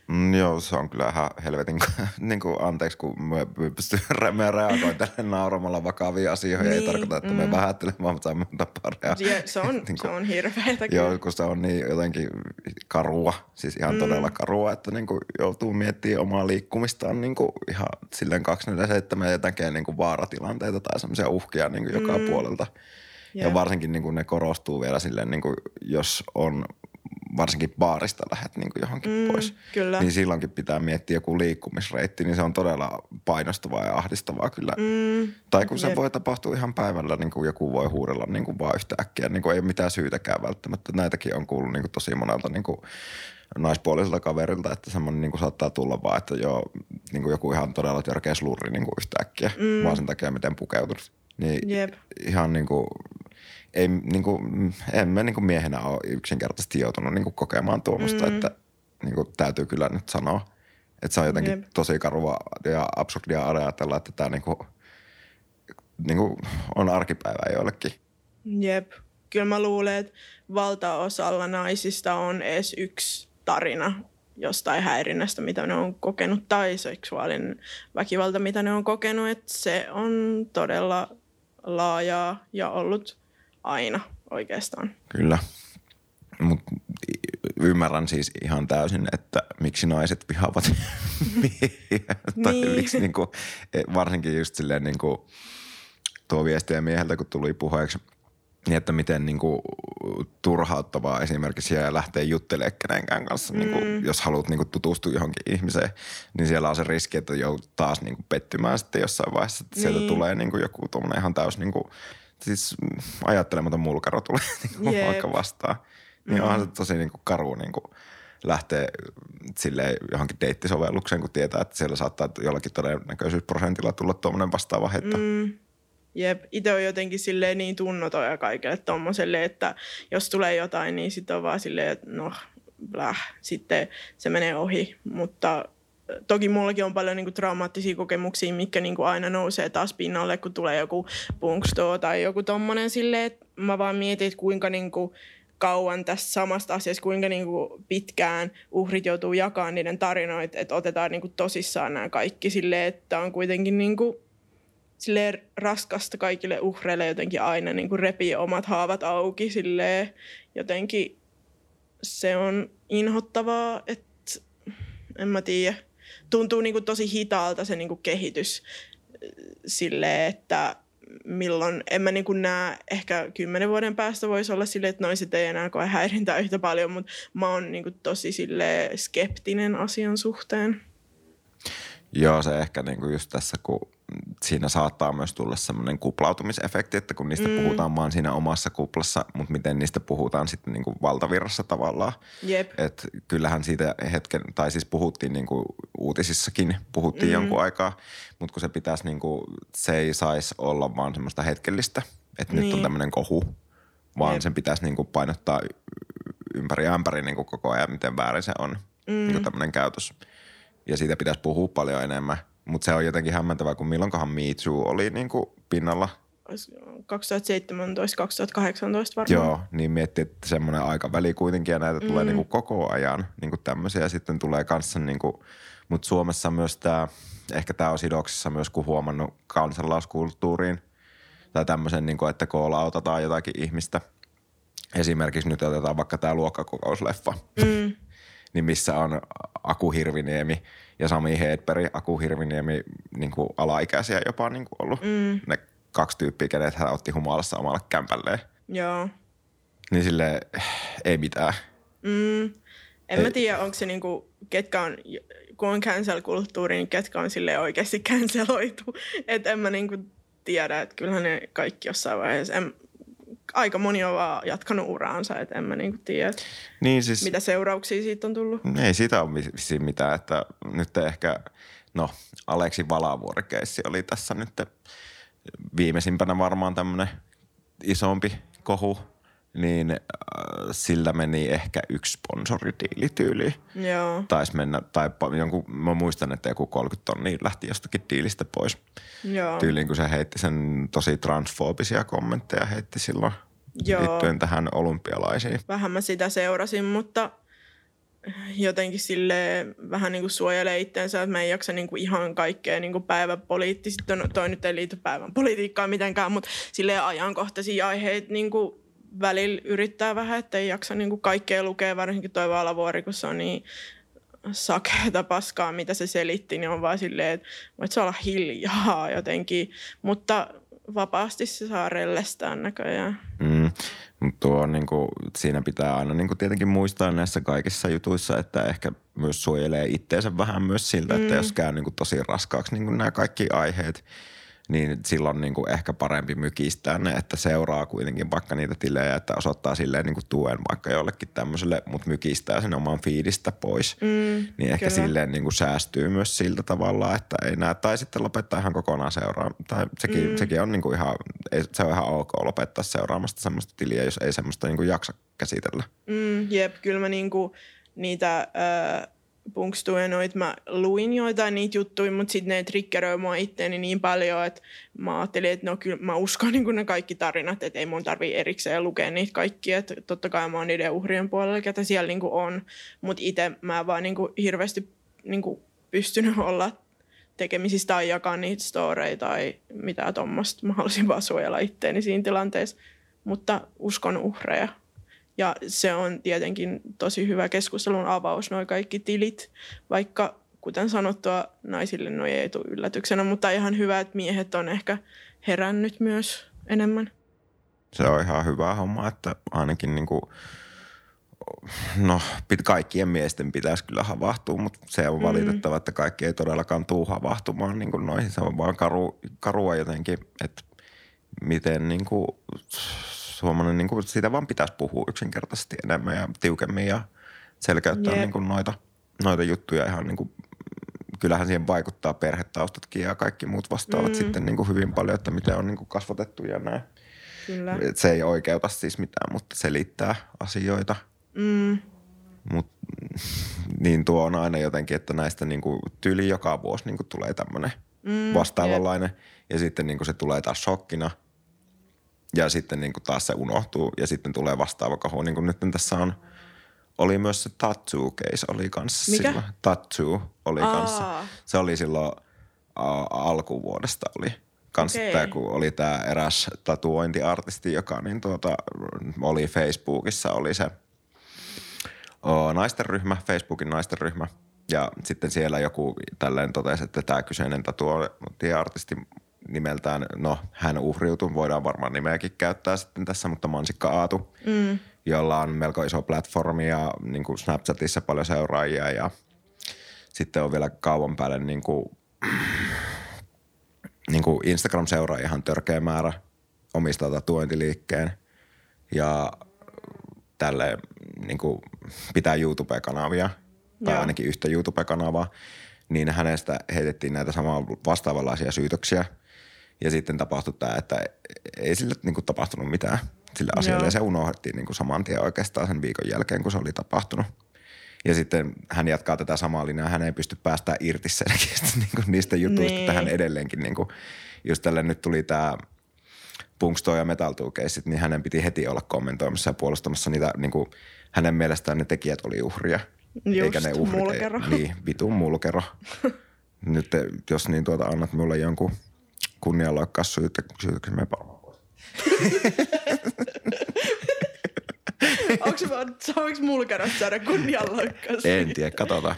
Joo, se on kyllä ihan helvetin, niin kuin, anteeksi, kun me pystyy reagoimaan tälle nauramalla vakaviin asioihin. Ei tarkoita, että me vähättelemme, mutta saamme tapaa Se on hirveetä. Joo, kun se on niin jotenkin karua, siis ihan todella karua, että niin kuin joutuu miettimään omaa liikkumistaan niin kuin ihan silleen 24/7 ja näkee niin kuin vaaratilanteita tai semmoisia uhkia niin kuin joka puolelta. Ja varsinkin niin kuin ne korostuu vielä silleen, niin kuin jos on varsinkin baarista lähdet niin kuin johonkin pois. Kyllä. Niin silloinkin pitää miettiä joku liikkumisreitti, niin se on todella painostavaa ja ahdistavaa kyllä. Tai kun se voi tapahtua ihan päivällä, niin kuin joku voi huudella niin kuin vaan yhtäkkiä, niin kuin ei ole mitään syytäkään välttämättä. Näitäkin on kuullut niin kuin tosi monelta niin kuin naispuoliselta kaverilta, että semmoinen niin kuin saattaa tulla vaan, että joo, niin kuin joku ihan todella törkeä slurri niin kuin yhtäkkiä, vaan sen takia miten pukeutunut. Niin ihan niin kuin ei niinku, en mä niinku miehenä ole yksinkertaisesti joutunut niinku kokemaan tuommoista, että niinku täytyy kyllä nyt sanoa, että se on jotenkin tosi karua ja absurdia ajatella, että tämä niinku on arkipäivää joillekin. Jep. Kyllä mä luulen, että valtaosalla naisista on edes yksi tarina jostain häirinnästä, mitä ne on kokenut, tai seksuaalinen väkivalta, mitä ne on kokenut, että se on todella laajaa ja ollut aina oikeastaan. Kyllä, mutta ymmärrän siis ihan täysin, että miksi naiset vihaavat miehiä. Tai miksi niinku, varsinkin just silleen niinku tuo viestiä mieheltä, kun tuli puheeksi, niin että miten niinku turhauttavaa esimerkiksi ja lähtee juttelemaan kenenkään kanssa, niinku, jos haluat niinku tutustua johonkin ihmiseen, niin siellä on se riski, että joudut taas niinku pettymään sitten jossain vaiheessa, että sieltä tulee niinku joku tuommoinen ihan täys niinku siis ajattelematon mulkaro tulee niinku vaikka vastaan. Niin onhan se tosi niinku karu niinku lähteä silleen johonkin deittisovellukseen, kun tietää, että siellä saattaa jollakin todennäköisyysprosentilla tulla tuommoinen vastaava heitto. Jep, itse on jotenkin silleen niin tunnoton ja kaikille tommoselle, että jos tulee jotain, niin sitten on vaan silleen, että no, sitten se menee ohi. Mutta toki mullakin on paljon niinku traumaattisia kokemuksia, mitkä niinku aina nousee taas pinnalle, kun tulee joku punksto tai joku tommonen silleen, että mä vaan mietin, että kuinka niinku kauan tästä samasta asiasta, kuinka niinku pitkään uhrit joutuu jakamaan niiden tarinoita, että otetaan niinku tosissaan nämä kaikki silleen, että on kuitenkin niinku silleen raskasta kaikille uhreille jotenkin aina niinku repii omat haavat auki silleen, jotenkin se on inhottavaa, että en mä tiedä. Tuntuu niinku tosi hitaalta se niinku kehitys silleen, että milloin, en mä niinku näe, ehkä 10 vuoden päästä voisi olla silleen, että naiset ei enää koe häirintää yhtä paljon, mutta mä oon niinku tosi silleen skeptinen asian suhteen. Joo, se ehkä niinku just tässä, kun siinä saattaa myös tulla semmoinen kuplautumisefekti, että kun niistä puhutaan vaan siinä omassa kuplassa, mutta miten niistä puhutaan sitten niinku valtavirrassa tavallaan. Jep. Et kyllähän siitä hetken, tai siis puhuttiin niinku uutisissakin, puhuttiin jonkun aikaa, mutta kun se pitäisi niinku, se ei saisi olla vaan semmoista hetkellistä, että nyt on tämmöinen kohu, vaan sen pitäisi niinku painottaa ympäri ämpäri niinku koko ajan, miten väärin se on, niinku tämmöinen käytös. Ja siitä pitäisi puhua paljon enemmän. Mutta se on jotenkin hämmentävää, kun milloinkohan Me Too oli niinku pinnalla. 2017-2018 varmaan. Joo, niin miettii, että semmoinen aikaväli kuitenkin ja näitä tulee niinku koko ajan niinku tämmöisiä. Sitten tulee kanssa niinku, mutta Suomessa myös tämä, ehkä tämä on sidoksissa myös kun huomannut kansalaiskulttuuriin tai tämmöisen, niinku, että koolautetaan jotakin ihmistä. Esimerkiksi nyt otetaan vaikka tämä luokkakokousleffa. Niin missä on Aku Hirviniemi ja Sami Hedberg, Aku Hirviniemi niin kuin alaikäisiä jopa niin kuin ollut. Ne 2 tyyppiä, kenet hän otti humalassa omalle kämpälleen. Joo. Niin silleen ei mitään. En mä tiedä, onko se niinku, ketkä on, kun on cancel-kulttuuri, niin ketkä on silleen oikeasti canceloitu. Että en mä niinku tiedä, että kyllähän ne kaikki jossain vaiheessa, aika moni on vaan jatkanut uraansa, että en mä niinku tiedä, niin siis, mitä seurauksia siitä on tullut. Ei siitä ole vissiin mitään, että nyt ehkä, no Aleksi Valavuori-keissi oli tässä nyt viimeisimpänä varmaan tämmöinen isompi kohu, niin sillä meni ehkä 1 sponsoridiili tyyliin. Joo. Taisi mennä, tai jonkun, mä muistan, että joku 30 000 lähti jostakin diilistä pois. Joo. Tyyliin, kun se heitti sen tosi transfoobisia kommentteja heitti silloin liittyen tähän olympialaisiin. Vähän mä sitä seurasin, mutta jotenkin silleen vähän niin kuin suojelee itseensä, että mä en jaksa niin kuin ihan kaikkea niin kuin päivänpoliittista. No, toi nyt ei liity päivän politiikkaan mitenkään, mutta silleen ajankohtaisia aiheita niin kuin välillä yrittää vähän, että ei jaksa niin kuin kaikkea lukea, varsinkin toi Valavuori, kun se on niin sakeata paskaa, mitä se selitti, niin on vaan silleen, että voit sä olla hiljaa jotenkin, mutta vapaasti se saa rellestään näköjään. Tuo on niinku, siinä pitää aina niinku tietenkin muistaa näissä kaikissa jutuissa, että ehkä myös suojelee itteensä vähän myös siltä, että jos käy niinku tosi raskaaksi niinku nämä kaikki aiheet, niin silloin niinku ehkä parempi mykistää ne, että seuraa kuitenkin vaikka niitä tilejä, että osoittaa silleen niinku tuen vaikka jollekin tämmöiselle, mutta mykistää sen oman fiidistä pois. Niin ehkä kyllä. silleen niinku säästyy myös siltä tavalla, että ei näe, tai sitten lopettaa ihan kokonaan seuraa. Tai sekin on niinku ihan, se on ihan ok lopettaa seuraamasta semmoista tiliä, jos ei semmoista niinku jaksa käsitellä. Jep, kyllä mä niinku niitä punkstuja noita mä luin joitain niitä juttuja, mutta sitten ne triggeröi mua itteeni niin paljon, että mä ajattelin, että no kyllä mä uskon niin ne kaikki tarinat, että ei mun tarvii erikseen lukea niitä kaikkia, että totta kai mä oon niiden uhrien puolella, ketä siellä niin on, mutta itse mä vaan niin hirveästi niin pystynyt olla tekemisissä tai jakaa niitä storeja tai mitään tommoista. Mä halusin vaan suojella itteeni siinä tilanteessa, mutta uskon uhreja. Ja se on tietenkin tosi hyvä keskustelun avaus, nuo kaikki tilit, vaikka kuten sanottua, naisille nuo ei tule yllätyksenä, mutta ihan hyvä, että miehet on ehkä herännyt myös enemmän. Se on ihan hyvä homma, että ainakin niinku, no kaikkien miesten pitäisi kyllä havahtua, mutta se on valitettava, että kaikki ei todellakaan tuu havahtumaan niinku noihin. Se on vaan karua jotenkin, että miten niinku suomalainen, niin kuin siitä vaan pitäisi puhua yksinkertaisesti enemmän ja tiukemmin ja selkeyttää niin kuin noita juttuja ihan niin kuin, kyllähän siihen vaikuttaa perhetaustatkin ja kaikki muut vastaavat sitten niin kuin hyvin paljon, että miten on niin kuin kasvatettu ja näin. Kyllä. Se ei oikeuta siis mitään, mutta selittää asioita. Niin tuo on aina jotenkin, että näistä niin kuin tyyli joka vuosi niin kuin tulee tämmöinen vastaavanlainen ja sitten niin kuin se tulee taas shokkina. Ja sitten niin kuin taas se unohtuu ja sitten tulee vastaava kohu. Niin kuin nyt tässä oli myös se Tattoo case oli kanssa. Mikä? Silloin. Tattoo oli kanssa. Se oli silloin alkuvuodesta oli kanssa tämä, kun oli tämä eräs tatuointiartisti, joka niin oli Facebookissa, oli se naisten ryhmä, Facebookin naisten ryhmä. Ja sitten siellä joku tälleen totesi, että tämä kyseinen tatuointiartisti nimeltään, no hän uhriutui, voidaan varmaan nimeäkin käyttää sitten tässä, mutta Mansikka Aatu, jolla on melko iso platformi ja niin kuin Snapchatissa paljon seuraajia ja sitten on vielä kauan päälle niin kuin Instagram-seuraajia ihan törkeä määrä, omistaa tatuointiliikkeen ja tälleen niin kuin pitää YouTube-kanavia tai ainakin yhtä YouTube-kanavaa, niin hänestä heitettiin näitä samaa vastaavanlaisia syytöksiä. Ja sitten tapahtui tämä, että ei sille niin kuin tapahtunut mitään sille asialle. Ja se unohdettiin niin kuin saman tien oikeastaan sen viikon jälkeen, kun se oli tapahtunut. Ja sitten hän jatkaa tätä samaa linjaa. Hän ei pysty päästään irti selkeästi niin kuin niistä jutuista, että hän edelleenkin niin kuin, just tälle nyt tuli tämä Punksto ja Metal Two-keissit, niin hänen piti heti olla kommentoimassa ja puolustamassa niitä, niin kuin hänen mielestään ne tekijät oli uhria. Just, eikä ne uhrit. mulkero. Niin, vitun mulkero. Nyt jos niin annat mulle jonkun kunnianloikkaus syytöksen, me varmaan pois. Saanko mulkerot saada kunnianloikkaus? En tiedä, katsotaan.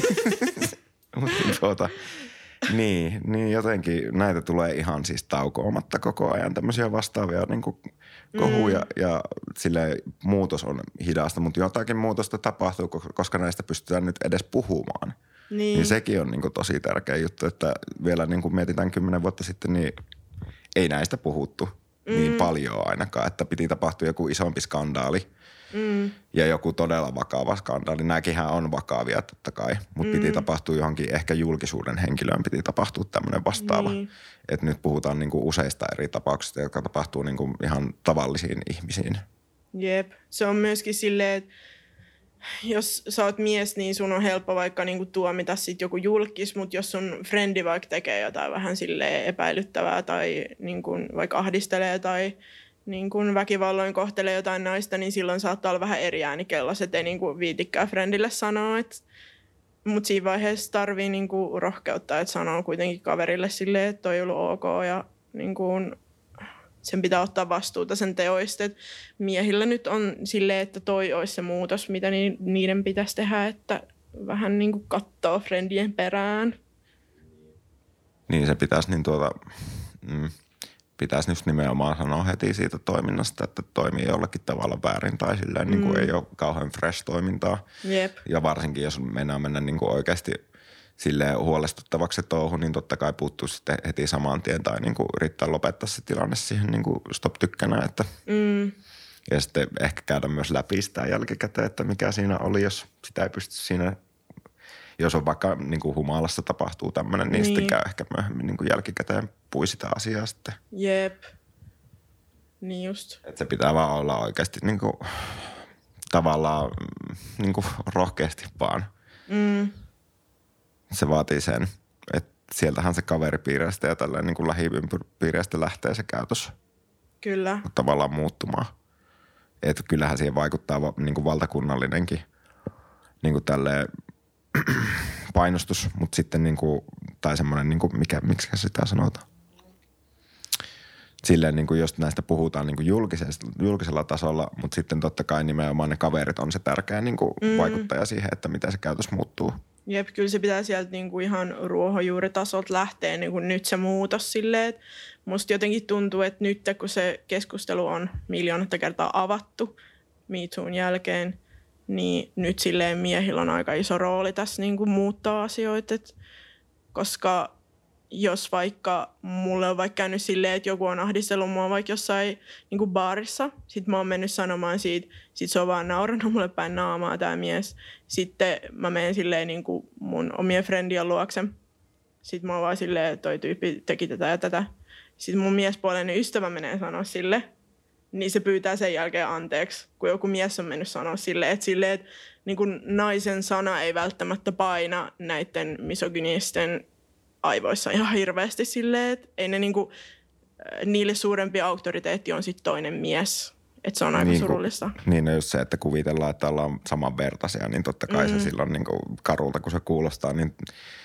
Niin jotenkin näitä tulee ihan siis taukoamatta koko ajan tämmöisiä vastaavia niin kuin kohuja ja silleen muutos on hidasta, mutta jotakin muutosta tapahtuu, koska näistä pystytään nyt edes puhumaan. Niin sekin on niin kuin tosi tärkeä juttu, että vielä niin kuin mietitään 10 vuotta sitten, niin ei näistä puhuttu niin paljon ainakaan, että piti tapahtua joku isompi skandaali ja joku todella vakava skandaali. Nämäkinhän on vakavia totta kai, mutta piti tapahtua johonkin ehkä julkisuuden henkilöön, piti tapahtua tämmöinen vastaava. Että nyt puhutaan niin kuin useista eri tapauksista, jotka tapahtuu niin kuin ihan tavallisiin ihmisiin. Jep, se on myöskin silleen, että jos sä oot mies, niin sun on helppo vaikka niinku tuomita sit joku julkis, mutta jos sun frendi vaikka tekee jotain vähän silleen epäilyttävää tai niinku vaikka ahdistelee tai niin kun väkivalloin kohtelee jotain naista, niin silloin saattaa olla vähän eri äänikellos, ettei niin kuin viitikään friendille sanoa. Mutta siinä vaiheessa tarvii niin kuin rohkeutta, että sanoo kuitenkin kaverille silleen, että toi ei ollut ok ja niin kuin sen pitää ottaa vastuuta sen teoista. Et miehillä nyt on silleen, että toi olisi se muutos, mitä niiden pitäisi tehdä, että vähän niin kuin kattoo friendien perään. Niin se pitäisi pitäisi just nimenomaan sanoa heti siitä toiminnasta, että toimii jollakin tavalla väärin tai silleen niin kuin ei ole kauhean fresh toimintaa. Jep. Ja varsinkin jos mennä niin kuin oikeasti silleen huolestuttavaksi se touhu, niin totta kai puuttuu sitten heti saman tien tai niin kuin yrittää lopettaa se tilanne siihen niin kuin stop-tykkänä. Ja sitten ehkä käydä myös läpi sitä jälkikäteen, että mikä siinä oli, jos sitä ei pysty siinä, jos on vaikka niin kuin humalassa tapahtuu tämmöinen, niin sitten käy ehkä myöhemmin niin kuin jälkikäteen pui sitä asiaa sitten. Jep. Niin just. Että se pitää vaan olla oikeasti niin kuin, tavallaan niin kuin rohkeasti vaan. Se vaatii sen, että sieltähän se kaveripiireistä ja tällainen niin kuin lähipiireistä lähtee se käytös. Kyllä. Tavallaan muuttumaan. Että kyllähän siihen vaikuttaa niin kuin valtakunnallinenkin niin kuin tälleen painostus, mutta sitten niin kuin, tai semmoinen, niin kuin, miksi sitä sanotaan? Silleen niin kuin jos näistä puhutaan niin kuin julkisella tasolla, mutta sitten totta kai nimenomaan ne kaverit on se tärkeä niin kuin vaikuttaja siihen, että miten se käytös muuttuu. Jep, kyllä se pitää sieltä niinku ihan ruohonjuuritasolta lähteä niinku nyt se muutos silleen, että musta jotenkin tuntuu, että nyt kun se keskustelu on miljoonatta kertaa avattu Me Toon jälkeen, niin nyt silleen miehillä on aika iso rooli tässä niinku muuttaa asioita, koska jos vaikka mulle on vaikka käynyt silleen, että joku on ahdistellut mua vaikka jossain niinku baarissa, sit mä oon mennyt sanomaan siitä, sit se on vaan nauranut mulle päin naamaa tää mies. Sitten mä menen silleen niinku mun omien friendien luokse. Sitten mä oon vaan silleen, että toi tyyppi teki tätä ja tätä. Sitten mun miespuolinen ystävä menee sanoa sille, niin se pyytää sen jälkeen anteeksi, kun joku mies on mennyt sanoa silleen, että niin kuin naisen sana ei välttämättä paina näiden misogynisten aivoissa ihan hirveästi silleen, että ei ne niinku, niille suurempi auktoriteetti on sitten toinen mies. Että se on aika surullista. Niin, no just se, että kuvitellaan, että ollaan samanvertaisia, niin totta kai se silloin niinku karulta, kun se kuulostaa, niin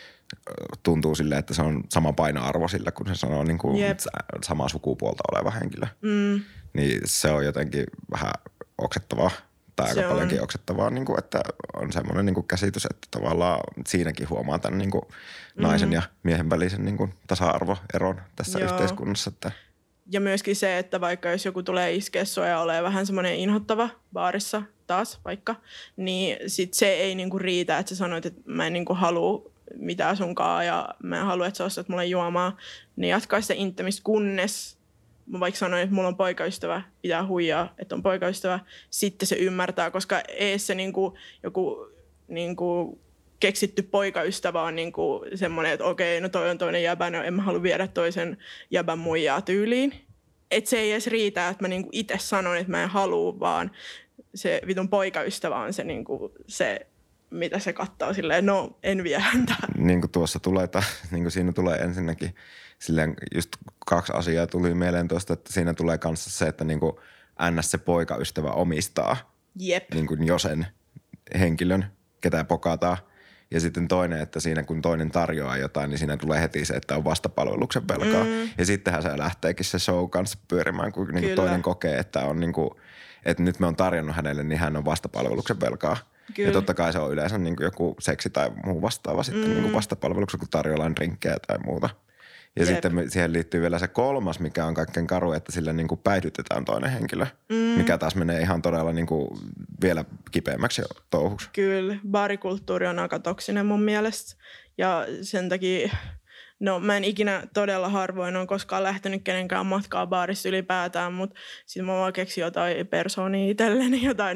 tuntuu silleen, että se on sama painoarvo sillä, kun se sanoo niinku samaa sukupuolta oleva henkilö. Niin se on jotenkin vähän oksettavaa. Tai aika paljonkin oksettavaa, niin kuin, että on semmoinen niin kuin käsitys, että tavallaan siinäkin huomaa tämän niin kuin naisen ja miehen välisen niin kuin tasa-arvoeron tässä yhteiskunnassa. Että. Ja myöskin se, että vaikka jos joku tulee iskeä sua ja ole vähän semmoinen inhottava baarissa taas vaikka, niin sit se ei niin kuin riitä, että sä sanoit, että mä en niin kuin halua mitään sunkaan ja mä en halua, että sä ostat mulle juomaa. Niin jatkaa sitä inttämistä, kunnes mä vaikka sanoin, että mulla on poikaystävä, pitää huijaa, että on poikaystävä, sitten se ymmärtää, koska ees se niinku, joku niinku, keksitty poikaystävä on niinku semmoinen, että okei, no toi on toinen jäbä, no en mä halua viedä toisen jäbän muijaa tyyliin. Että se ei edes riitä, että mä niinku itse sanon, että mä en halua, vaan se vitun poikaystävä on se, niinku, se mitä se katsoo silleen, no en vie häntä. Niin kuin tuossa tulee, niin kuin siinä tulee ensinnäkin silleen just 2 asiaa tuli mieleen tuosta, että siinä tulee kanssa se, että niin kuin NS se poikaystävä omistaa niin kuin jo sen henkilön, ketä pokataan. Ja sitten toinen, että siinä kun toinen tarjoaa jotain, niin siinä tulee heti se, että on vastapalveluksen velkaa. Ja sittenhän se lähteekin se show kanssa pyörimään, kun niin kuin toinen kokee, että on niin kuin, että nyt me on tarjonnut hänelle, niin hän on vastapalveluksen velkaa. Kyllä. Ja totta kai se on yleensä niin kuin joku seksi tai muu vastaava sitten niin kuin vastapalveluksi, kun tarjoillaan drinkkejä tai muuta. Ja sitten siihen liittyy vielä se 3, mikä on kaikkein karu, että sillä niin kuin päihdytetään toinen henkilö, mikä taas menee ihan todella niin kuin vielä kipeämmäksi touhuksi. Kyllä, baarikulttuuri on aika toksinen mun mielestä ja sen takia, no mä en ikinä todella harvoin ole koskaan lähtenyt kenenkään matkaa baarissa ylipäätään, mutta sitten mä vaan keksin jotain persoonia itselleni, jotain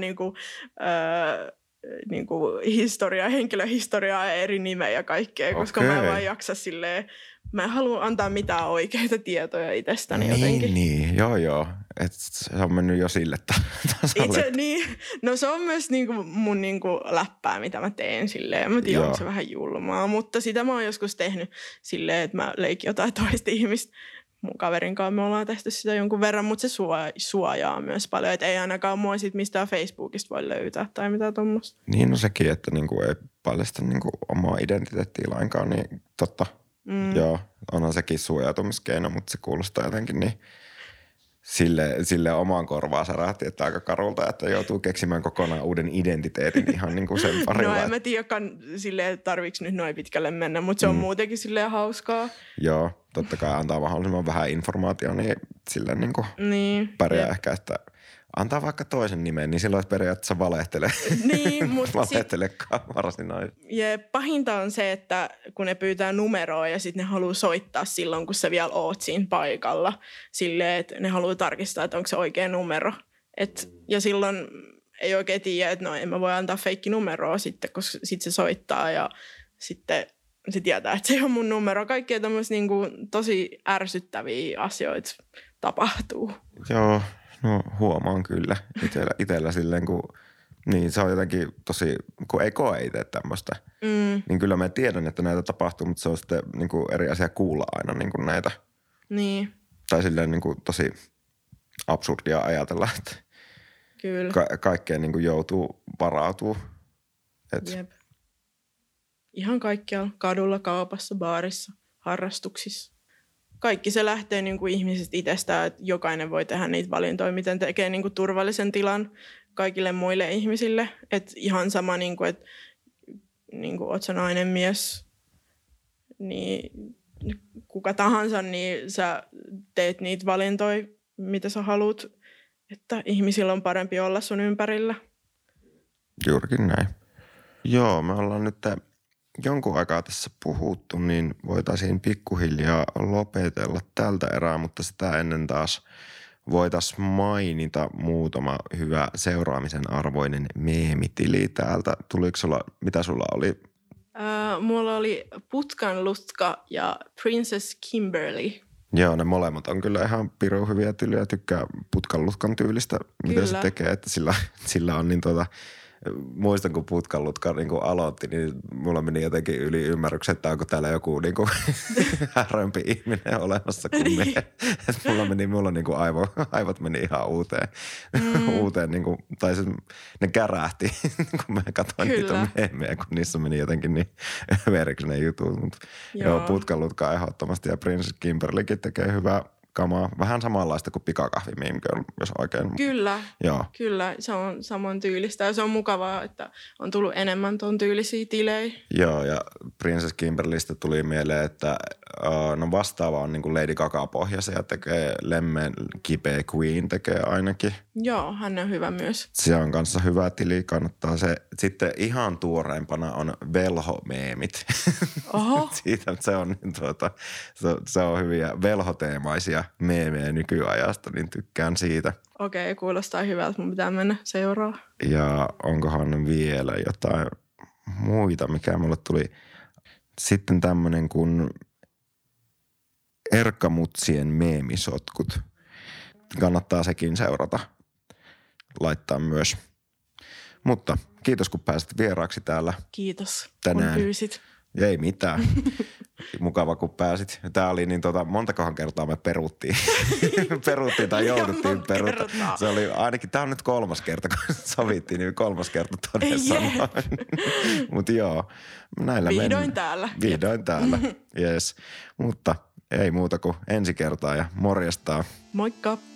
niinku historiaa, henkilöhistoriaa ja eri nimeä ja kaikkea, koska mä en vaan jaksa silleen, mä en halua antaa mitään oikeita tietoja itsestäni jotenkin. Niin, joo. Et se on mennyt jo sille tasalle. Niin, no se on myös niinku mun niinku läppää, mitä mä teen silleen. Mä tiedän, onko se vähän julmaa, mutta sitä mä oon joskus tehnyt silleen, että mä leikin jotain toista ihmistä. mun kaverin kanssa me ollaan tehty sitä jonkun verran, mutta se suojaa myös paljon. Että ei ainakaan mua sit mistään Facebookista voi löytää tai mitään tuommoista. Niin no sekin, että niinku ei paljasta niinku omaa identiteettiä lainkaan, niin totta. Joo, onhan sekin suojautumiskeino, mutta se kuulostaa jotenkin niin sille omaan korvaan särähti, että aika karulta, että joutuu keksimään kokonaan uuden identiteetin ihan niin kuin sen parilla. No en mä tiedäkään silleen, että tarviiko nyt noin pitkälle mennä, mutta se on muutenkin silleen hauskaa. Joo, totta kai antaa mahdollisimman vähän informaatiota, niin silleen niin kuin pärjää ehkä, että antaa vaikka toisen nimen, niin silloin periaatteessa valehtelee. Niin, mutta valehtelekaan varsinaisesti. Ja pahinta on se, että kun ne pyytää numeroa ja sitten ne haluaa soittaa silloin, kun sä vielä oot siinä paikalla. Silleen, että ne haluaa tarkistaa, että onko se oikea numero. Ja silloin ei oikein tiedä, että no en mä voi antaa feikkinumeroa sitten, koska sitten se soittaa ja sitten se tietää, että se on mun numero. Kaikkea tämmöisiä niin kuin tosi ärsyttäviä asioita tapahtuu. Joo. No huomaan kyllä itsellä silleen, kun niin se on jotenkin tosi, kun ei koe itse tämmöistä. Niin kyllä mä tiedän, että näitä tapahtuu, mutta se on sitten niin kuin eri asia kuulla aina niin kuin näitä. Niin. Tai silleen niin kuin tosi absurdia ajatella, että kyllä. Kaikkeen niin kuin joutuu varautuu. Jep. Ihan kaikkialla, kadulla, kaupassa, baarissa, harrastuksissa. Kaikki se lähtee niin kuin ihmisestä itsestään, että jokainen voi tehdä niitä valintoja, miten tekee niin kuin turvallisen tilan kaikille muille ihmisille. Että ihan sama, niin kuin, että niin kuin, oot sä nainen, mies, niin kuka tahansa, niin sä teet niitä valintoja, mitä sä haluat, että ihmisillä on parempi olla sun ympärillä. Juurikin näin. Joo, me ollaan nyt jonkun aikaa tässä puhuttu, niin voitaisiin pikkuhiljaa lopetella tältä erää, mutta sitä ennen taas voitaisiin mainita muutama hyvä seuraamisen arvoinen meemitili täältä. Tuliko sulla, mitä sulla oli? Mulla oli Putkan Lutka ja Princess Kimberly. Joo, ne molemmat on kyllä ihan pirun hyviä tyyliä. Tykkää Putkan Lutkan tyylistä, mitä se tekee, että sillä on niin muistan, kun Putkan Lutka niin aloitti, niin mulla meni jotenkin yli ymmärryksen, että onko täällä joku niin härömpi ihminen olemassa kuin me. Että mulla niin kuin aivot meni ihan uuteen niin kuin, tai ne kärähti, kun mä katsoin niitä meemejä, kun niissä meni jotenkin niin veriksi ne jutut. Mutta joo, Putkan Lutka ehdottomasti ja Princess Kimberlykin tekee hyvää kamaa. Vähän samanlaista kuin pikakahvi Meme Girl, jos oikein. Kyllä, joo. Kyllä. Se on saman tyylistä ja se on mukavaa, että on tullut enemmän ton tyylisiä tilejä. Joo, ja Princess Kimberlystä tuli mieleen, että no vastaava on niin kuin Lady Gaga-pohjaisia ja tekee Lemmeen Kipeä Queen tekee ainakin. Joo, hän on hyvä myös. Se on kanssa hyvä tili, kannattaa se. Sitten ihan tuoreimpana on velho-meemit. Oho. Siitä se on, se on hyviä velhoteemaisia meemejä nykyajasta, niin tykkään siitä. Okei, kuulostaa hyvältä. Mun pitää mennä seuraavaan. Ja onkohan vielä jotain muita, mikä mulle tuli. Sitten tämmönen kuin Erkkamutsien meemisotkut. Kannattaa sekin seurata, laittaa myös. Mutta kiitos, kun pääsit vieraaksi täällä. Kiitos, tänään. Kun pyysit. Ei mitään. Mukava, kun pääsit. Tää oli niin montakohan kertaa me peruttiin tai jouduttiin peruttaa. Se oli ainakin, tää on nyt 3. kerta, kun sovittiin, niin 3. kerta todella sanoin. Mutta joo, näillä Vihdoin täällä, yes. Mutta ei muuta kuin ensi kertaa ja morjestaan. Moikka.